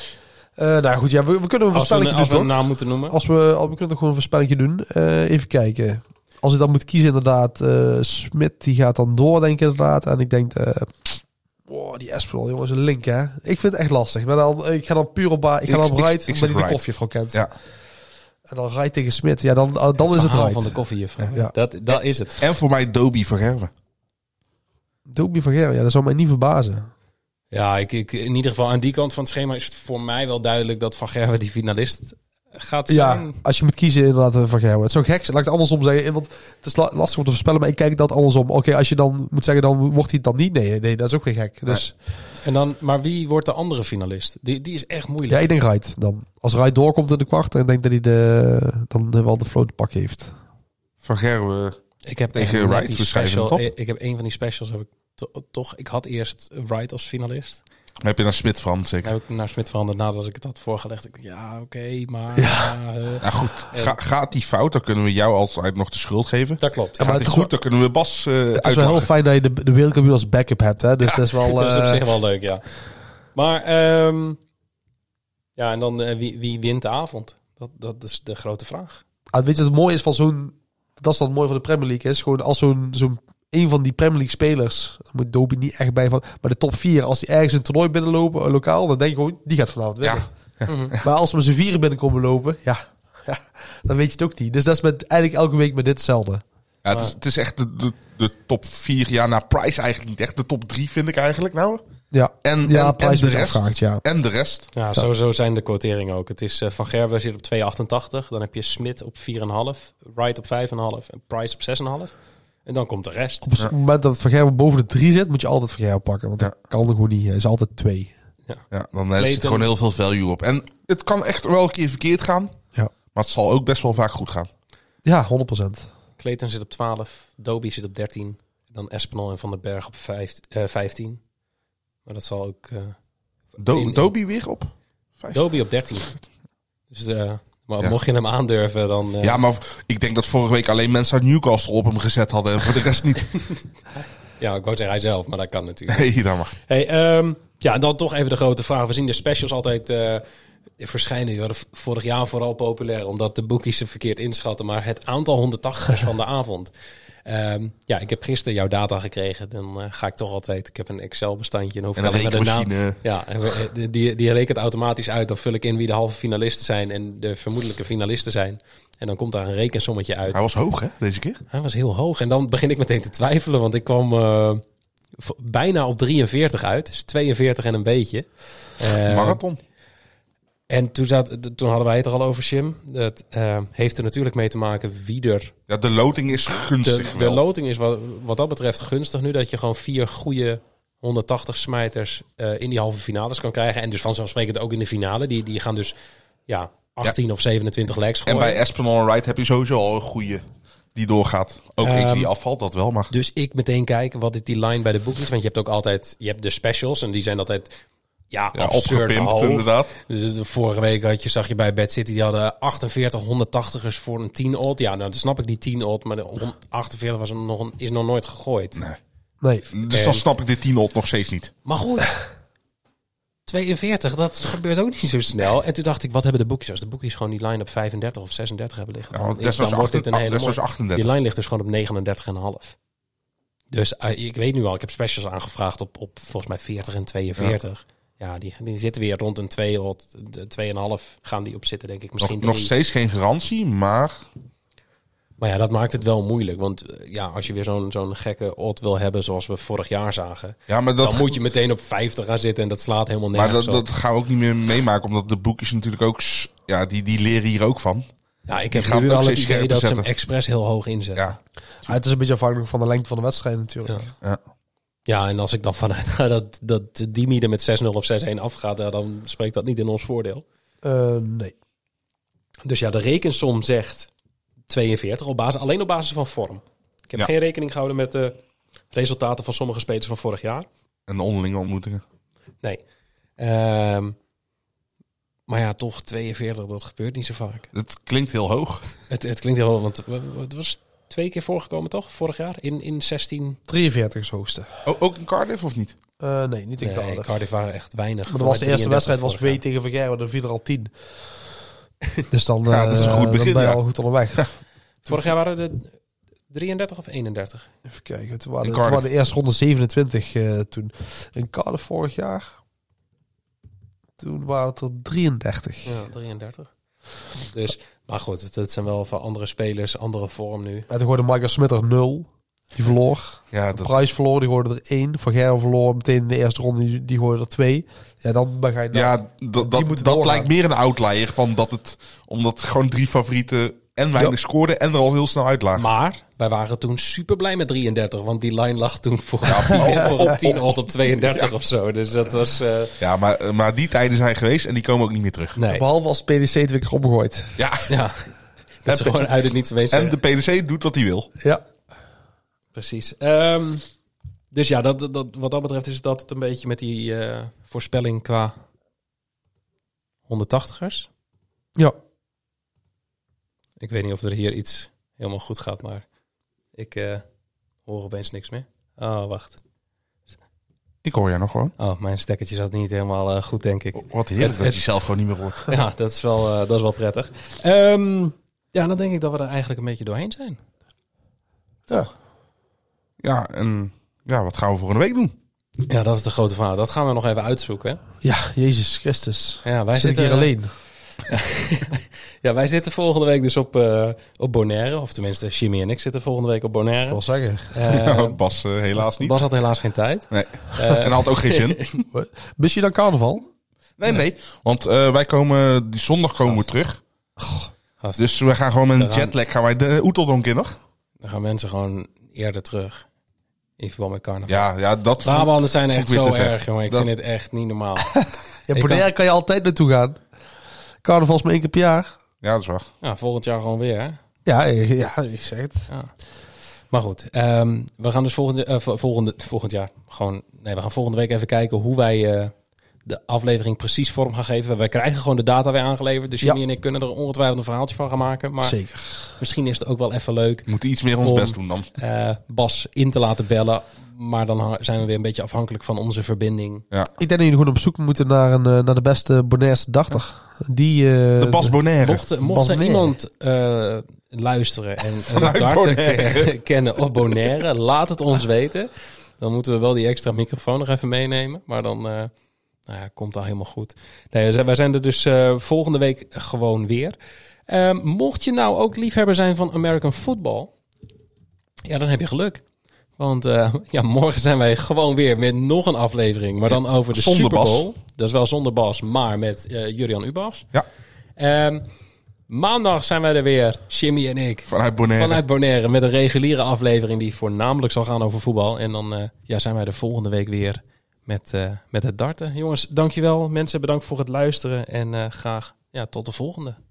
[SPEAKER 6] Uh, nou goed, ja, we, we kunnen een
[SPEAKER 1] Als we,
[SPEAKER 6] voorspellingje
[SPEAKER 1] als we
[SPEAKER 6] doen,
[SPEAKER 1] een
[SPEAKER 6] toch?
[SPEAKER 1] naam moeten noemen.
[SPEAKER 6] Als we, als we kunnen toch gewoon een voorspellingje doen. Uh, even kijken. Als ik dan moet kiezen, inderdaad, uh, Smit die gaat dan door, denk ik inderdaad. En ik denk, uh, oh, die Espinol, jongens, een link, hè? Ik vind het echt lastig. Maar dan, ik ga dan puur op, ba- ik ga
[SPEAKER 7] Ik-
[SPEAKER 6] dan op
[SPEAKER 7] ik-
[SPEAKER 6] Wright,
[SPEAKER 7] ik
[SPEAKER 6] omdat
[SPEAKER 7] zeg
[SPEAKER 6] hij de
[SPEAKER 7] Wright.
[SPEAKER 6] koffiejuffrouw kent.
[SPEAKER 7] Ja.
[SPEAKER 6] En dan Wright tegen Smit. Ja, dan, uh, dan is het
[SPEAKER 1] verhaal
[SPEAKER 6] Wright.
[SPEAKER 1] van de koffiejuffrouw.
[SPEAKER 6] Ja.
[SPEAKER 1] Dat, dat is het.
[SPEAKER 7] En voor mij Dobie van Gerwen.
[SPEAKER 6] Dobie van Gerwen, ja, dat zou mij niet verbazen.
[SPEAKER 1] Ja, ik, ik, in ieder geval aan die kant van het schema is het voor mij wel duidelijk dat Van Gerwen die finalist gaat zijn.
[SPEAKER 6] Ja, als je moet kiezen inderdaad uh, van Gerwen. Het is zo gek, laat ik het andersom zeggen. Want het is la- lastig om te voorspellen, maar ik kijk dat andersom. Oké, als je dan moet zeggen, dan wordt hij het dan niet. Nee, nee, dat is ook weer gek. Dus
[SPEAKER 1] En dan, maar wie wordt de andere finalist? Die, die is echt moeilijk.
[SPEAKER 6] ja, ik denk Wright dan. Als Wright doorkomt in de kwart, dan denk ik dat hij de, dan wel de float pak heeft.
[SPEAKER 7] Van Gerwen.
[SPEAKER 1] Ik heb
[SPEAKER 7] Tegen
[SPEAKER 1] echt net
[SPEAKER 7] Wright,
[SPEAKER 1] die
[SPEAKER 7] we schrijven
[SPEAKER 1] special.
[SPEAKER 7] hem op.
[SPEAKER 1] Ik heb een van die specials heb ik to- toch. Ik had eerst Wright als finalist.
[SPEAKER 7] Dan heb je naar Smit van,
[SPEAKER 1] Dan
[SPEAKER 7] zeker.
[SPEAKER 1] heb ik naar Smit veranderd nadat ik het had voorgelegd. Ik dacht, ja, oké, maar ja, eh,
[SPEAKER 7] Ja, goed. Ga, gaat die fout, dan kunnen we jou altijd nog de schuld geven.
[SPEAKER 1] dat klopt.
[SPEAKER 6] Ja,
[SPEAKER 7] Gaat
[SPEAKER 6] maar
[SPEAKER 7] die
[SPEAKER 6] het is
[SPEAKER 7] goed, dan kunnen we Bas uh,
[SPEAKER 6] Het is wel
[SPEAKER 7] uitlachen.
[SPEAKER 6] heel fijn dat je de, de wereldkampioen als backup hebt. Hè? Dus dat is wel...
[SPEAKER 1] Dat is op
[SPEAKER 6] eh,
[SPEAKER 1] zich wel leuk, ja. Maar ehm, ja, en dan eh, wie, wie wint de avond? Dat, dat is de grote vraag.
[SPEAKER 6] ah, weet je wat het mooie is van zo'n... Dat is dan het mooie van de Premier League. Is gewoon als zo'n... zo'n een van die Premier League spelers, daar moet Dobie niet echt bij van, maar de top vier, als die ergens een toernooi binnenlopen, uh, lokaal, dan denk je gewoon, die gaat vanavond winnen.
[SPEAKER 7] Ja.
[SPEAKER 6] Maar als we met z'n vieren binnenkomen lopen, ja, ja, dan weet je het ook niet. Dus dat is met, eigenlijk elke week met dit hetzelfde.
[SPEAKER 7] Ja, het, is, het is echt de, de, de top vier. Ja, nou, Price eigenlijk niet echt. De top drie vind ik eigenlijk nou.
[SPEAKER 6] Ja,
[SPEAKER 7] En,
[SPEAKER 6] ja
[SPEAKER 7] en, en
[SPEAKER 6] Price
[SPEAKER 7] de
[SPEAKER 6] wordt
[SPEAKER 7] rest.
[SPEAKER 6] afgehaakt, ja.
[SPEAKER 7] En de rest.
[SPEAKER 1] Ja, sowieso zijn de quoteringen ook. Het is uh, Van Gerwen zit op twee komma achtentachtig. Dan heb je Smit op vier komma vijf. Wright op vijf komma vijf. En Price op zes komma vijf. En dan komt de rest.
[SPEAKER 6] Op het
[SPEAKER 7] Ja.
[SPEAKER 6] moment dat Van Gerwen boven de drie zit, moet je altijd Van Gerwen pakken. Want
[SPEAKER 7] Ja.
[SPEAKER 6] dat kan er gewoon niet. Hij is altijd twee.
[SPEAKER 7] Ja, dan zit
[SPEAKER 1] Clayton.
[SPEAKER 7] er gewoon heel veel value op. En het kan echt wel een keer verkeerd gaan.
[SPEAKER 6] Ja.
[SPEAKER 7] Maar het zal ook best wel vaak goed gaan.
[SPEAKER 6] Ja, honderd procent.
[SPEAKER 1] Clayton zit op twaalf. Doby zit op dertien. Dan Espinal en Van den Berg op vijf, uh, vijftien. Maar dat zal ook... Uh,
[SPEAKER 7] Do-
[SPEAKER 1] in-
[SPEAKER 7] Doby weer op? vijftien.
[SPEAKER 1] Doby op dertien. Dus uh, maar
[SPEAKER 7] Ja.
[SPEAKER 1] mocht je hem aandurven, dan... Uh,
[SPEAKER 7] Ja, maar ik denk dat vorige week alleen mensen uit Newcastle op hem gezet hadden. En voor de rest niet.
[SPEAKER 1] ja, ik wou zeggen hij zelf, maar dat kan natuurlijk.
[SPEAKER 7] Nee, dat mag.
[SPEAKER 1] Hey, um, ja, en dan toch even de grote vraag. We zien de specials altijd uh, verschijnen. Die waren vorig jaar vooral populair, omdat de boekies ze verkeerd inschatten. Maar het aantal honderdtachtigers van de avond. Um, ja, ik heb gisteren jouw data gekregen. Dan uh, ga ik toch altijd... Ik heb een Excel-bestandje. En, hoef
[SPEAKER 7] En
[SPEAKER 1] ik
[SPEAKER 7] een
[SPEAKER 1] alleen maar de naam-
[SPEAKER 7] rekenmachine.
[SPEAKER 1] Ja, en we- die, die, die rekent automatisch uit. Dan vul ik in wie de halve finalisten zijn en de vermoedelijke finalisten zijn. En dan komt daar een rekensommetje uit.
[SPEAKER 7] Hij was hoog, hè, deze keer?
[SPEAKER 1] Hij was heel hoog. En dan begin ik meteen te twijfelen, want ik kwam uh, v- bijna op drieënveertig uit. Dus tweeënveertig en een beetje. Uh,
[SPEAKER 7] Marathon.
[SPEAKER 1] En toen, zat, d- toen hadden wij het er al over, Jim. Dat uh, heeft er natuurlijk mee te maken wie er...
[SPEAKER 7] Ja, de loting is
[SPEAKER 1] De,
[SPEAKER 7] gunstig
[SPEAKER 1] de
[SPEAKER 7] wel.
[SPEAKER 1] loting is wat, wat dat betreft gunstig nu. Dat je gewoon vier goede honderdtachtig smijters uh, in die halve finales kan krijgen. En dus vanzelfsprekend ook in de finale. Die, die gaan dus ja, achttien of zevenentwintig legs
[SPEAKER 7] En
[SPEAKER 1] gooien.
[SPEAKER 7] bij Espinal en Wright heb je sowieso al een goede die doorgaat. Ook eentje
[SPEAKER 1] Ehm,
[SPEAKER 7] die afvalt, dat wel. Maar
[SPEAKER 1] Dus ik meteen kijken, wat is die line bij de boekjes? Want je hebt ook altijd, je hebt de specials en die zijn altijd ja,
[SPEAKER 7] ja,
[SPEAKER 1] absurd
[SPEAKER 7] opgepimpt
[SPEAKER 1] hoog.
[SPEAKER 7] inderdaad.
[SPEAKER 1] Dus de vorige week had je, zag je bij Bad City, die hadden achtenveertig honderdtachtigers voor een tien odd. Ja, nou dan snap ik die tien odd, maar de achtenveertig was er nog een, is nog nooit gegooid.
[SPEAKER 7] Nee.
[SPEAKER 6] Nee.
[SPEAKER 7] Dus
[SPEAKER 1] En-
[SPEAKER 7] dan snap ik dit tien odd nog steeds niet.
[SPEAKER 1] Maar goed, tweeënveertig, dat gebeurt ook niet zo snel. En toen dacht ik, wat hebben de boekjes? Als de boekjes gewoon die line op vijfendertig of zesendertig hebben liggen,
[SPEAKER 7] Ja,
[SPEAKER 1] dan,
[SPEAKER 7] want
[SPEAKER 1] is-
[SPEAKER 7] dat was
[SPEAKER 1] dan wordt dit een
[SPEAKER 7] acht-
[SPEAKER 1] hele
[SPEAKER 7] dat was
[SPEAKER 1] mooie-
[SPEAKER 7] achtendertig.
[SPEAKER 1] Die line ligt dus gewoon op negenendertig komma vijf. Dus uh, ik weet nu al, ik heb specials aangevraagd op, op volgens mij veertig en tweeënveertig. Ja, die, die zitten weer rond een twee odd, twee komma vijf gaan die op zitten, denk ik. Misschien
[SPEAKER 7] Nog, nog
[SPEAKER 1] drie.
[SPEAKER 7] steeds geen garantie, maar
[SPEAKER 1] Maar ja, dat maakt het wel moeilijk. Want uh, ja, als je weer zo'n zo'n gekke odd wil hebben zoals we vorig jaar zagen,
[SPEAKER 7] ja, maar dat,
[SPEAKER 1] dan moet je meteen op vijftig gaan zitten en dat slaat helemaal
[SPEAKER 7] maar
[SPEAKER 1] nergens
[SPEAKER 7] dat,
[SPEAKER 1] op.
[SPEAKER 7] dat gaan we ook niet meer meemaken, omdat de boekjes natuurlijk ook, s- ja, die, die leren hier ook van.
[SPEAKER 1] Ja, ik
[SPEAKER 7] Die
[SPEAKER 1] heb
[SPEAKER 7] gaan
[SPEAKER 1] nu
[SPEAKER 7] het ook
[SPEAKER 1] al het
[SPEAKER 7] steeds
[SPEAKER 1] idee
[SPEAKER 7] scherper
[SPEAKER 1] dat ze hem
[SPEAKER 7] zetten.
[SPEAKER 1] expres heel hoog inzetten.
[SPEAKER 7] Ja,
[SPEAKER 6] Ah, het is een beetje afhankelijk van de lengte van de wedstrijd natuurlijk.
[SPEAKER 1] Ja.
[SPEAKER 7] ja.
[SPEAKER 1] Ja, en als ik dan vanuit ga dat, dat Dimi er met zes nul of zes een afgaat, ja, dan spreekt dat niet in ons voordeel.
[SPEAKER 6] Uh, nee.
[SPEAKER 1] Dus ja, de rekensom zegt tweeënveertig, op basis, alleen op basis van vorm. Ik heb
[SPEAKER 7] Ja.
[SPEAKER 1] geen rekening gehouden met de resultaten van sommige spelers van vorig jaar.
[SPEAKER 7] En de onderlinge ontmoetingen.
[SPEAKER 1] Nee. Ehm, maar ja, toch tweeënveertig, dat gebeurt niet zo vaak.
[SPEAKER 7] Het klinkt heel hoog.
[SPEAKER 1] Het, het klinkt heel, want het was twee keer voorgekomen toch, vorig jaar? In, in zestien?
[SPEAKER 6] drieënveertig is het hoogste.
[SPEAKER 7] O- ook in Cardiff of niet?
[SPEAKER 6] Uh, nee, niet in
[SPEAKER 1] Nee,
[SPEAKER 6] Cardiff.
[SPEAKER 1] Cardiff waren echt weinig.
[SPEAKER 6] Maar dat was de eerste wedstrijd, was
[SPEAKER 1] vorig
[SPEAKER 6] W tegen Vergerwe, dan viel er al tien. Dus dan,
[SPEAKER 7] Ja, dat is een
[SPEAKER 6] uh,
[SPEAKER 7] goed begin,
[SPEAKER 6] dan ben je
[SPEAKER 7] ja.
[SPEAKER 6] al goed onderweg.
[SPEAKER 1] jaar. Vorig jaar waren er drieëndertig of eenendertig?
[SPEAKER 6] Even kijken, toen waren,
[SPEAKER 7] In
[SPEAKER 6] toen waren
[SPEAKER 7] Cardiff.
[SPEAKER 6] de eerste ronde zevenentwintig uh, toen. In Cardiff vorig jaar, toen waren het er drieëndertig.
[SPEAKER 1] Ja, drieëndertig. Dus, maar goed, het, het zijn wel van andere spelers, andere vorm nu.
[SPEAKER 6] En toen gooide Michael Smith er nul. Die verloor.
[SPEAKER 7] Ja, dat,
[SPEAKER 6] Price verloor, die gooide er één. Van Gerwen verloor meteen in de eerste ronde, die, die gooide er twee. Ja, dan ben je...
[SPEAKER 7] ja, dat,
[SPEAKER 6] die
[SPEAKER 7] dat,
[SPEAKER 6] moeten
[SPEAKER 7] dat
[SPEAKER 6] doorgaan.
[SPEAKER 7] lijkt meer een outlier van dat het, omdat gewoon drie favorieten en weinig
[SPEAKER 6] Ja.
[SPEAKER 7] scoorden en er al heel snel uit lagen.
[SPEAKER 1] Maar wij waren toen super blij met drieëndertig, want die line lag toen voor tien, voor een tien odd op tweeëndertig of zo. Dus dat was... uh,
[SPEAKER 7] Ja, maar, maar die tijden zijn geweest en die komen ook niet meer terug.
[SPEAKER 1] nee.
[SPEAKER 6] Behalve als P D C twee keer omgooit.
[SPEAKER 7] Ja,
[SPEAKER 1] Ja, dat is gewoon uit het niets wees.
[SPEAKER 7] en de P D C doet wat hij wil.
[SPEAKER 6] Ja.
[SPEAKER 1] Precies. Um, dus ja, dat, dat, wat dat betreft is dat het een beetje met die uh, voorspelling qua honderdtachtigers.
[SPEAKER 6] Ja.
[SPEAKER 1] Ik weet niet of er hier iets helemaal goed gaat, maar ik uh, hoor opeens niks meer. Oh, wacht.
[SPEAKER 7] Ik hoor jij nog gewoon.
[SPEAKER 1] Oh, mijn stekkertje zat niet helemaal uh, goed, denk ik.
[SPEAKER 7] Wat heerlijk
[SPEAKER 1] Het-
[SPEAKER 7] dat
[SPEAKER 1] het-
[SPEAKER 7] je zelf gewoon niet meer hoort.
[SPEAKER 1] Ja, dat is wel, uh, dat is wel prettig. Um, ja, dan denk ik dat we er eigenlijk een beetje doorheen zijn.
[SPEAKER 6] Ja.
[SPEAKER 7] Ja, en ja, wat gaan we volgende week doen?
[SPEAKER 1] Ja, dat is de grote vraag. Dat gaan we nog even uitzoeken.
[SPEAKER 6] Ja, Jezus Christus.
[SPEAKER 1] Ja, wij
[SPEAKER 6] Zit ik
[SPEAKER 1] zitten
[SPEAKER 6] hier alleen?
[SPEAKER 1] Ja, wij zitten volgende week dus op, uh, op Bonaire. Of tenminste, Jimmy en ik zitten volgende week op
[SPEAKER 6] Ik
[SPEAKER 1] Bonaire.
[SPEAKER 6] wil zeggen.
[SPEAKER 1] Uh,
[SPEAKER 7] Bas uh, helaas niet.
[SPEAKER 1] Bas had helaas geen tijd.
[SPEAKER 7] Nee.
[SPEAKER 1] Uh,
[SPEAKER 7] En had ook geen zin.
[SPEAKER 6] Mis je dan carnaval?
[SPEAKER 7] Nee, nee. Want uh, wij komen, die zondag komen we
[SPEAKER 1] Gast.
[SPEAKER 7] terug.
[SPEAKER 1] Gast,
[SPEAKER 7] Dus we gaan gewoon met een
[SPEAKER 1] Daar gaan-
[SPEAKER 7] jetlag gaan wij de Oeteldonk in, nog?
[SPEAKER 1] dan gaan mensen gewoon eerder terug. In verband met carnaval.
[SPEAKER 7] Ja, ja, dat...
[SPEAKER 1] Brabanders zijn
[SPEAKER 7] vond
[SPEAKER 1] echt
[SPEAKER 7] ik weer
[SPEAKER 1] zo
[SPEAKER 7] te ver.
[SPEAKER 1] erg, jongen. Ik
[SPEAKER 7] Dat-
[SPEAKER 1] vind het echt niet normaal.
[SPEAKER 6] Ja,
[SPEAKER 1] Ik
[SPEAKER 6] Bonaire
[SPEAKER 1] kan-
[SPEAKER 6] kan je altijd naartoe gaan. Carnaval is maar één keer per jaar.
[SPEAKER 7] Ja, dat is waar.
[SPEAKER 1] Ja, volgend jaar gewoon weer, hè?
[SPEAKER 6] Ja, ja, ik zeg het.
[SPEAKER 1] Ja. Maar goed, um, we gaan dus volgende, uh, volgende, volgend jaar gewoon... Nee, we gaan volgende week even kijken hoe wij uh, de aflevering precies vorm gaan geven. Wij krijgen gewoon de data weer aangeleverd. Dus Jimmy ja. en ik kunnen er ongetwijfeld een verhaaltje van gaan maken. Maar
[SPEAKER 6] zeker.
[SPEAKER 1] Misschien is het ook wel even leuk.
[SPEAKER 7] We moeten iets meer ons
[SPEAKER 1] om,
[SPEAKER 7] best doen dan.
[SPEAKER 1] Uh, Bas in te laten bellen. Maar dan zijn we weer een beetje afhankelijk van onze verbinding.
[SPEAKER 6] Ja. Ik denk dat jullie gewoon op zoek moeten naar, een, naar de beste Bonairese dachter. Die, uh,
[SPEAKER 7] de Bas Bonaire.
[SPEAKER 1] Mocht, mocht er iemand uh, luisteren en een darter kennen op Bonaire, laat het ons weten. Dan moeten we wel die extra microfoon nog even meenemen. Maar dan uh, nou ja, komt dat helemaal goed. Nee, wij zijn er dus uh, volgende week gewoon weer. Uh, mocht je nou ook liefhebber zijn van American Football, ja, dan heb je geluk. Want uh, ja, morgen zijn wij gewoon weer met nog een aflevering. Maar dan ja, over de Super Bowl. Bas. Dat is wel zonder Bas, maar met uh, Jurian Ubas.
[SPEAKER 7] Ja.
[SPEAKER 1] Um, maandag zijn wij er weer, Jimmy en ik.
[SPEAKER 7] Vanuit Bonaire.
[SPEAKER 1] Vanuit Bonaire met een reguliere aflevering die voornamelijk zal gaan over voetbal. En dan uh, ja, zijn wij er volgende week weer met, uh, met het darten. Jongens, dankjewel. Mensen, bedankt voor het luisteren. En uh, graag ja, tot de volgende.